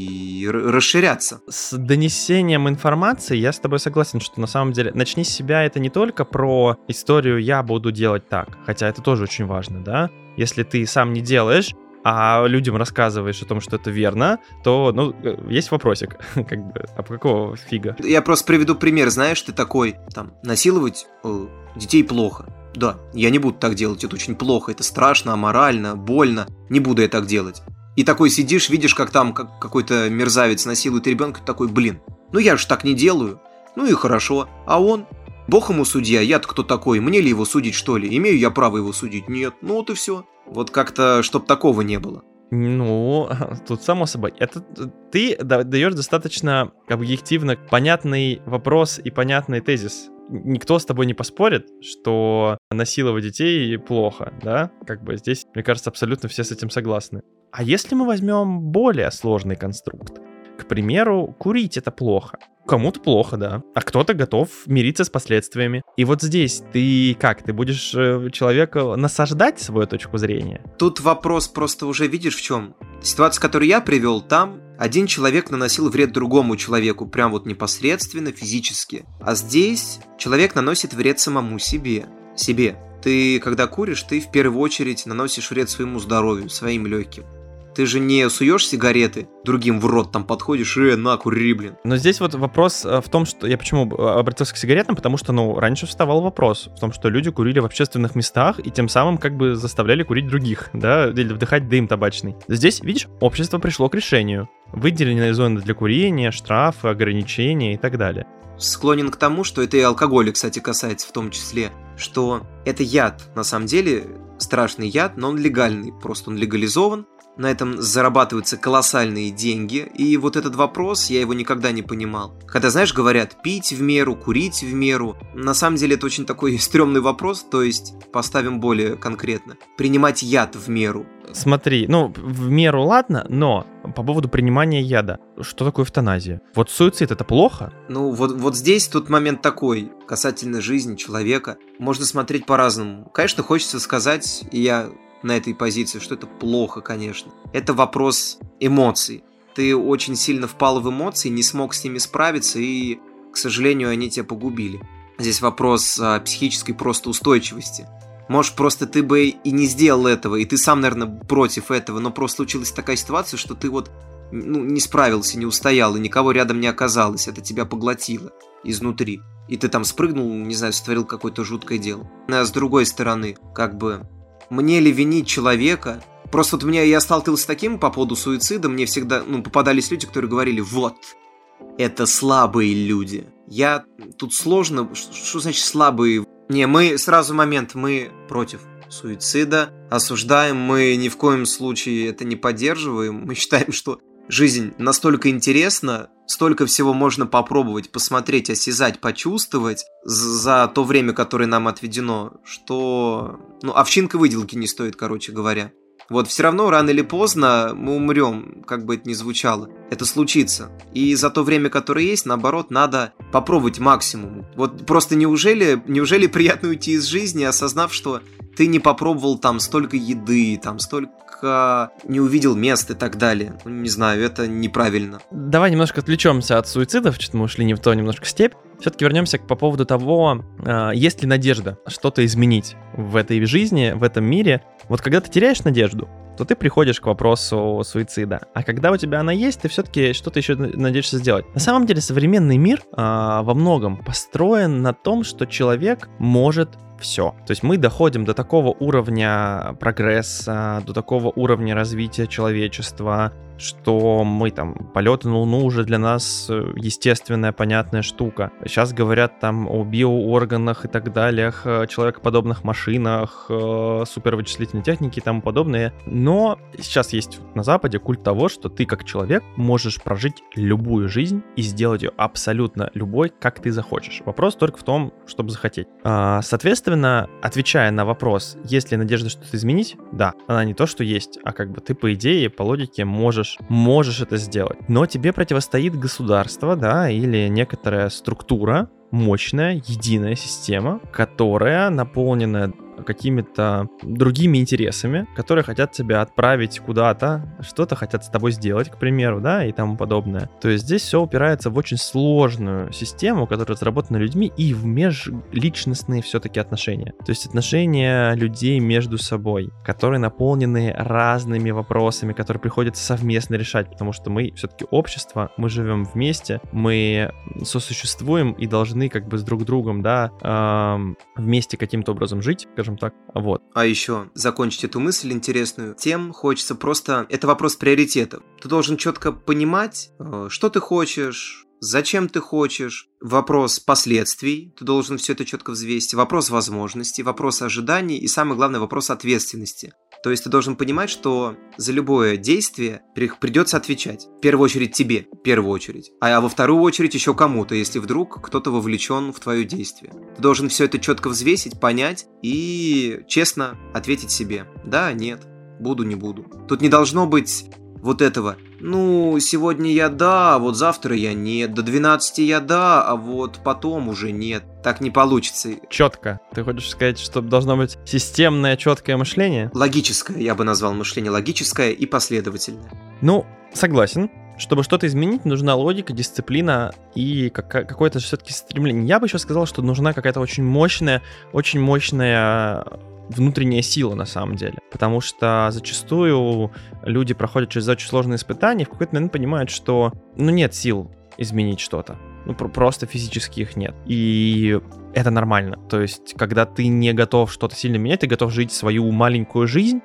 и р- расширяться. С донесением информации я с тобой согласен, что на самом деле «начни с себя» — это не только про историю «я буду делать так», хотя это тоже очень важно, да? Если ты сам не делаешь, а людям рассказываешь о том, что это верно, то, ну, есть вопросик, как бы, а по какого фига? Я просто приведу пример, знаешь, ты такой, там, насиловать э, детей плохо. Да, я не буду так делать, это очень плохо, это страшно, аморально, больно, не буду я так делать. И такой сидишь, видишь, как там как какой-то мерзавец насилует ребенка, такой, блин, ну я же так не делаю, ну и хорошо, а он? Бог ему судья, я-то кто такой, мне ли его судить, что ли? Имею я право его судить? Нет, ну вот и все. Вот как-то, чтоб такого не было. Ну, тут само собой. Это ты даешь достаточно объективно понятный вопрос и понятный тезис. Никто с тобой не поспорит, что насиловать детей плохо, да? Как бы здесь, мне кажется, абсолютно все с этим согласны. А если мы возьмем более сложный конструкт? К примеру, курить это плохо. Кому-то плохо, да, а кто-то готов мириться с последствиями. И вот здесь ты как? Ты будешь человека насаждать свою точку зрения? Тут вопрос просто уже видишь в чем? Ситуация, которую я привел, там один человек наносил вред другому человеку, прям вот непосредственно, физически. А здесь человек наносит вред самому себе. Себе. Ты, когда куришь, ты в первую очередь наносишь вред своему здоровью, своим легким. Ты же не суешь сигареты другим в рот, там подходишь, э, на, кури, блин. Но здесь вот вопрос в том, что я почему обратился к сигаретам, потому что, ну, раньше вставал вопрос в том, что люди курили в общественных местах и тем самым как бы заставляли курить других, да, или вдыхать дым табачный. Здесь, видишь, общество пришло к решению. Выделенные зоны для курения, штрафы, ограничения и так далее. Склонен к тому, что это и алкоголя, кстати, касается в том числе, что это яд, на самом деле, страшный яд, но он легальный, просто он легализован. На этом зарабатываются колоссальные деньги, и вот этот вопрос, я его никогда не понимал. Когда, знаешь, говорят пить в меру, курить в меру, на самом деле это очень такой стрёмный вопрос, то есть поставим более конкретно. Принимать яд в меру. Смотри, ну, в меру ладно, но по поводу принимания яда, что такое эвтаназия? Вот суицид — это плохо? Ну, вот, вот здесь тут момент такой, касательно жизни человека, можно смотреть по-разному. Конечно, хочется сказать, и я... на этой позиции, что это плохо, конечно. Это вопрос эмоций. Ты очень сильно впал в эмоции, не смог с ними справиться, и, к сожалению, они тебя погубили. Здесь вопрос о психической просто устойчивости. Может, просто ты бы и не сделал этого, и ты сам, наверное, против этого, но просто случилась такая ситуация, что ты вот ну, не справился, не устоял, и никого рядом не оказалось. Это тебя поглотило изнутри. И ты там спрыгнул, не знаю, сотворил какое-то жуткое дело. А с другой стороны, как бы... Мне ли винить человека? Просто вот у меня, я сталкивался с таким по поводу суицида, мне всегда, ну, попадались люди, которые говорили, вот, это слабые люди. Я, тут сложно, что значит слабые? Не, мы, сразу момент, мы против суицида, осуждаем, мы ни в коем случае это не поддерживаем, мы считаем, что жизнь настолько интересна, столько всего можно попробовать, посмотреть, осязать, почувствовать за то время, которое нам отведено, что... Ну, овчинка выделки не стоит, короче говоря. Вот, все равно, рано или поздно мы умрем, как бы это ни звучало. Это случится. И за то время, которое есть, наоборот, надо попробовать максимум. Вот просто неужели, неужели приятно уйти из жизни, осознав, что ты не попробовал там столько еды, там столько... не увидел мест и так далее. Ну, не знаю, это неправильно. Давай немножко отвлечемся от суицидов, что-то мы ушли не в то немножко степь. Все-таки вернемся по поводу того, есть ли надежда что-то изменить в этой жизни, в этом мире. Вот когда ты теряешь надежду, то ты приходишь к вопросу суицида. А когда у тебя она есть, ты все-таки что-то еще надеешься сделать. На самом деле современный мир а, во многом построен на том, что человек может все. То есть мы доходим до такого уровня прогресса, до такого уровня развития человечества, что мы там, полеты на Луну уже для нас естественная, понятная штука. Сейчас говорят там о биоорганах и так далее, человекоподобных машинах, супервычислительной технике и тому подобное. Но сейчас есть на Западе культ того, что ты как человек можешь прожить любую жизнь и сделать ее абсолютно любой, как ты захочешь. Вопрос только в том, чтобы захотеть. Соответственно, отвечая на вопрос, есть ли надежда что-то изменить, да, она не то, что есть, а как бы ты по идее, по логике можешь можешь это сделать. Но тебе противостоит государство, да, или некоторая структура, мощная, единая система, которая наполнена какими-то другими интересами, которые хотят тебя отправить куда-то, что-то хотят с тобой сделать, к примеру, да, и тому подобное. То есть здесь все упирается в очень сложную систему, которая разработана людьми, и в межличностные все-таки отношения. То есть отношения людей между собой, которые наполнены разными вопросами, которые приходится совместно решать, потому что мы все-таки общество, мы живем вместе, мы сосуществуем и должны как бы с друг другом, да, эм, вместе каким-то образом жить, скажем так, вот. А еще закончить эту мысль интересную тем хочется просто... Это вопрос приоритетов. Ты должен четко понимать, что ты хочешь, зачем ты хочешь. Вопрос последствий. Ты должен все это четко взвесить. Вопрос возможностей, вопрос ожиданий и, самое главное, вопрос ответственности. То есть ты должен понимать, что за любое действие придется отвечать. В первую очередь тебе, в первую очередь. А во вторую очередь еще кому-то, если вдруг кто-то вовлечен в твое действие. Ты должен все это четко взвесить, понять и честно ответить себе. Да, нет, буду, не буду. Тут не должно быть вот этого ну, сегодня я да, а вот завтра я нет, до двенадцати я да, а вот потом уже нет. Так не получится. Четко. Ты хочешь сказать, что должно быть системное, четкое мышление? Логическое, я бы назвал мышление логическое и последовательное. Ну, согласен. Чтобы что-то изменить, нужна логика, дисциплина и какое-то все-таки стремление. Я бы еще сказал, что нужна какая-то очень мощная, очень мощная внутренняя сила на самом деле. Потому что зачастую люди проходят через очень сложные испытания и в какой-то момент понимают, что ну нет сил изменить что-то. Ну, просто физически их нет. И это нормально. То есть, когда ты не готов что-то сильно менять, ты готов жить свою маленькую жизнь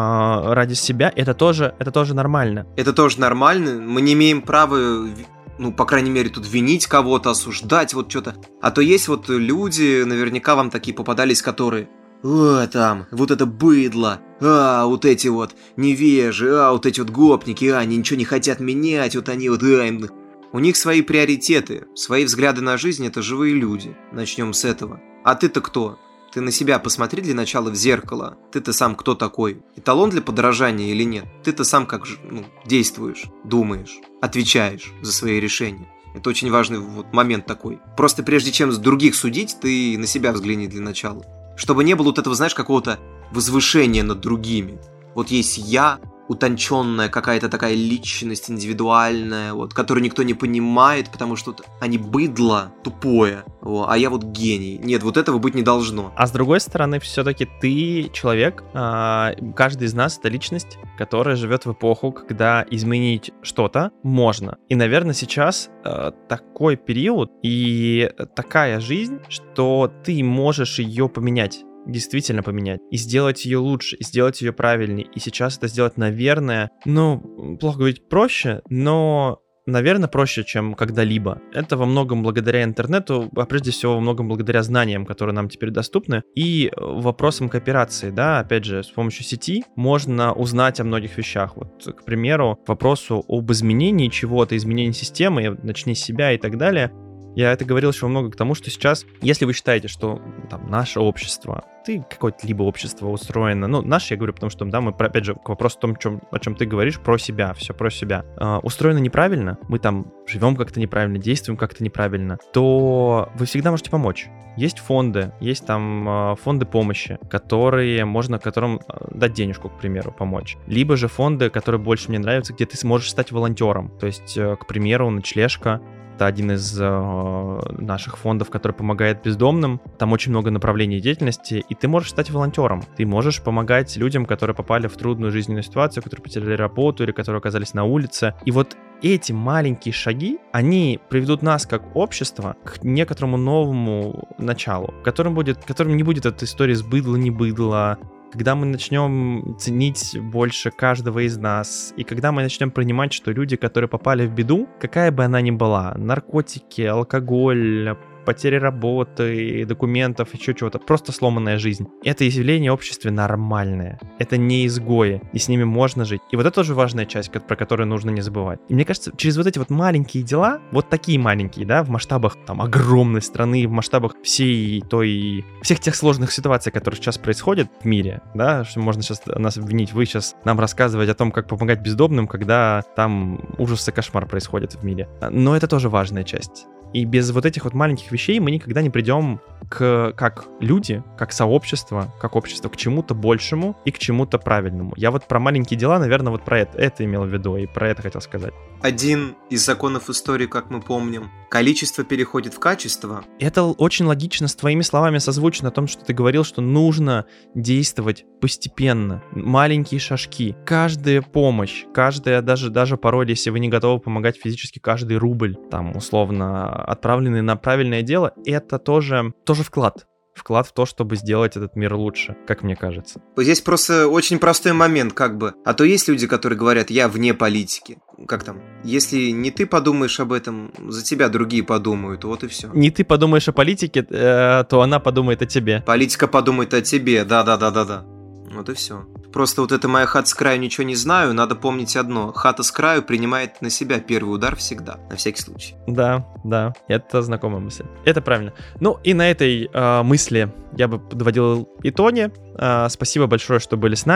а, ради себя, это тоже, это тоже нормально. Это тоже нормально. Мы не имеем права, ну, по крайней мере, тут винить кого-то, осуждать вот что-то. А то есть вот люди, наверняка вам такие попадались, которые... О, там, вот это быдло, а, вот эти вот невежи, а, вот эти вот гопники, а, они ничего не хотят менять, вот они вот, а, им... У них свои приоритеты, свои взгляды на жизнь, это живые люди. Начнем с этого. А ты-то кто? Ты на себя посмотри для начала в зеркало. Ты-то сам кто такой? Эталон для подражания или нет? Ты-то сам как ну, действуешь, думаешь, отвечаешь за свои решения. Это очень важный вот момент такой. Просто прежде чем с других судить, ты на себя взгляни для начала. Чтобы не было вот этого, знаешь, какого-то возвышения над другими. Вот есть я, утонченная какая-то такая личность индивидуальная, вот, которую никто не понимает, потому что вот они быдло тупое, вот, а я вот гений. Нет, вот этого быть не должно. А с другой стороны, все-таки ты человек, каждый из нас — это личность, которая живет в эпоху, когда изменить что-то можно. И, наверное, сейчас такой период и такая жизнь, что ты можешь ее поменять. Действительно поменять, и сделать ее лучше, и сделать ее правильнее. И сейчас это сделать, наверное, ну, плохо говорить проще, но, наверное, проще, чем когда-либо. Это во многом благодаря интернету, а прежде всего во многом благодаря знаниям, которые нам теперь доступны, и вопросам кооперации, да, опять же, с помощью сети можно узнать о многих вещах. Вот, к примеру, к вопросу об изменении чего-то, изменении системы, начни с себя и так далее. Я это говорил еще много к тому, что сейчас, если вы считаете, что там наше общество, ты какое-то либо общество устроено, ну, наше я говорю, потому что, да, мы, опять же, к вопросу о том, чем, о чем ты говоришь, про себя, все про себя, э, устроено неправильно, мы там живем как-то неправильно, действуем как-то неправильно, то вы всегда можете помочь. Есть фонды, есть там э, фонды помощи, которые можно, которым э, дать денежку, к примеру, помочь. Либо же фонды, которые больше мне нравятся, где ты сможешь стать волонтером. То есть, э, к примеру, ночлежка. Это один из э, наших фондов, который помогает бездомным. Там очень много направлений деятельности, и ты можешь стать волонтером. Ты можешь помогать людям, которые попали в трудную жизненную ситуацию, которые потеряли работу или которые оказались на улице. И вот эти маленькие шаги, они приведут нас как общество к некоторому новому началу, которым будет, которым не будет эта история с быдло-не быдло, когда мы начнем ценить больше каждого из нас, и когда мы начнем понимать, что люди, которые попали в беду, какая бы она ни была, наркотики, алкоголь, потери работы, документов, еще чего-то, просто сломанная жизнь. Это явление в обществе нормальное. Это не изгои, и с ними можно жить. И вот это тоже важная часть, про которую нужно не забывать. И мне кажется, через вот эти вот маленькие дела, вот такие маленькие, да, в масштабах там огромной страны, в масштабах всей той, всех тех сложных ситуаций, которые сейчас происходят в мире, да, что можно сейчас нас обвинить, вы сейчас нам рассказывать о том, как помогать бездомным, когда там ужас и кошмар происходит в мире. Но это тоже важная часть. И без вот этих вот маленьких вещей мы никогда не придем к, как люди, как сообщество, как общество, к чему-то большему и к чему-то правильному. Я вот про маленькие дела, наверное, вот про это, это имел в виду и про это хотел сказать. Один из законов истории, как мы помним, количество переходит в качество. Это очень логично с твоими словами созвучно о том, что ты говорил, что нужно действовать постепенно, маленькие шажки. Каждая помощь, каждая, даже, даже порой, если вы не готовы помогать физически, каждый рубль, там, условно, отправленный на правильное дело, это тоже, тоже вклад. Вклад в то, чтобы сделать этот мир лучше, как мне кажется. Здесь просто очень простой момент, как бы. А то есть люди, которые говорят, я вне политики. Как там? Если не ты подумаешь об этом, за тебя другие подумают, вот и все. Не ты подумаешь о политике, э, то она подумает о тебе. Политика подумает о тебе, да-да-да-да-да. Вот и все. Просто вот это моя хата с краю ничего не знаю, надо помнить одно. Хата с краю принимает на себя первый удар всегда, на всякий случай. Да, да, это знакомая мысль. Это правильно. Ну и на этой э, мысли я бы подводил итоги. Э, спасибо большое, что были с нами.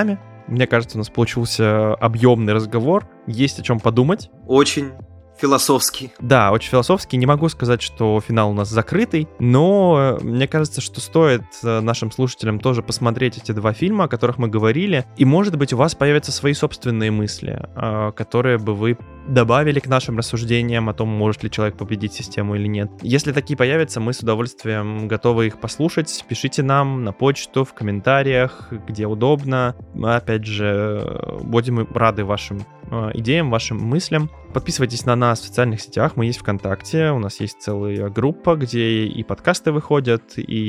Мне кажется, у нас получился объемный разговор. Есть о чем подумать. Очень философский. Да, очень философский. Не могу сказать, что финал у нас закрытый, но мне кажется, что стоит нашим слушателям тоже посмотреть эти два фильма, о которых мы говорили, и, может быть, у вас появятся свои собственные мысли, которые бы вы добавили к нашим рассуждениям о том, может ли человек победить систему или нет. Если такие появятся, мы с удовольствием готовы их послушать. Пишите нам на почту, в комментариях, где удобно. Мы, опять же, будем рады вашим идеям, вашим мыслям. Подписывайтесь на нас в социальных сетях, мы есть ВКонтакте, у нас есть целая группа, где и подкасты выходят,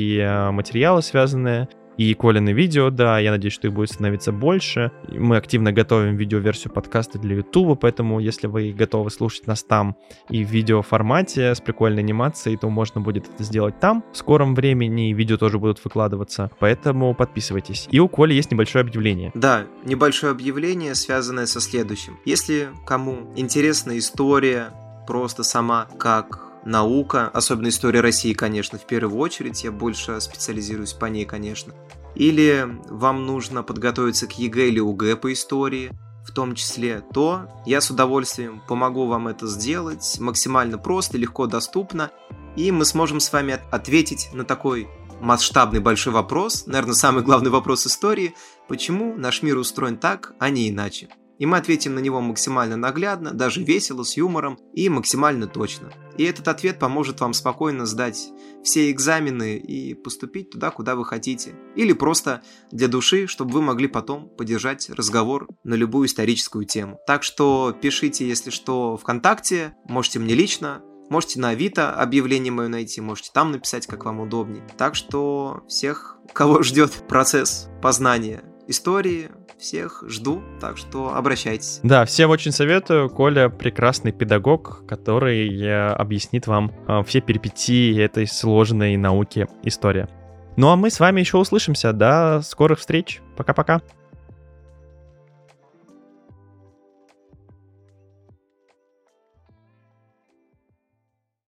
и материалы связанные, и Колины видео, да, я надеюсь, что их будет становиться больше. Мы активно готовим видеоверсию подкаста для Ютуба, поэтому если вы готовы слушать нас там и в видеоформате с прикольной анимацией, то можно будет это сделать там. В скором времени видео тоже будут выкладываться, поэтому подписывайтесь. И у Коли есть небольшое объявление. Да, небольшое объявление, связанное со следующим. Если кому интересна история, просто сама как наука, особенно история России, конечно, в первую очередь, я больше специализируюсь по ней, конечно. Или вам нужно подготовиться к ЕГЭ или УГЭ по истории, в том числе, то я с удовольствием помогу вам это сделать максимально просто, легко доступно, и мы сможем с вами ответить на такой масштабный большой вопрос, наверное, самый главный вопрос истории, почему наш мир устроен так, а не иначе. И мы ответим на него максимально наглядно, даже весело, с юмором и максимально точно. И этот ответ поможет вам спокойно сдать все экзамены и поступить туда, куда вы хотите. Или просто для души, чтобы вы могли потом поддержать разговор на любую историческую тему. Так что пишите, если что, ВКонтакте, можете мне лично, можете на Авито объявление мое найти, можете там написать, как вам удобнее. Так что всех, кого ждет процесс познания истории, всех жду, так что обращайтесь. Да, всем очень советую. Коля прекрасный педагог, который э, объяснит вам э, все перипетии этой сложной науки история. Ну а мы с вами еще услышимся. До скорых встреч. Пока-пока.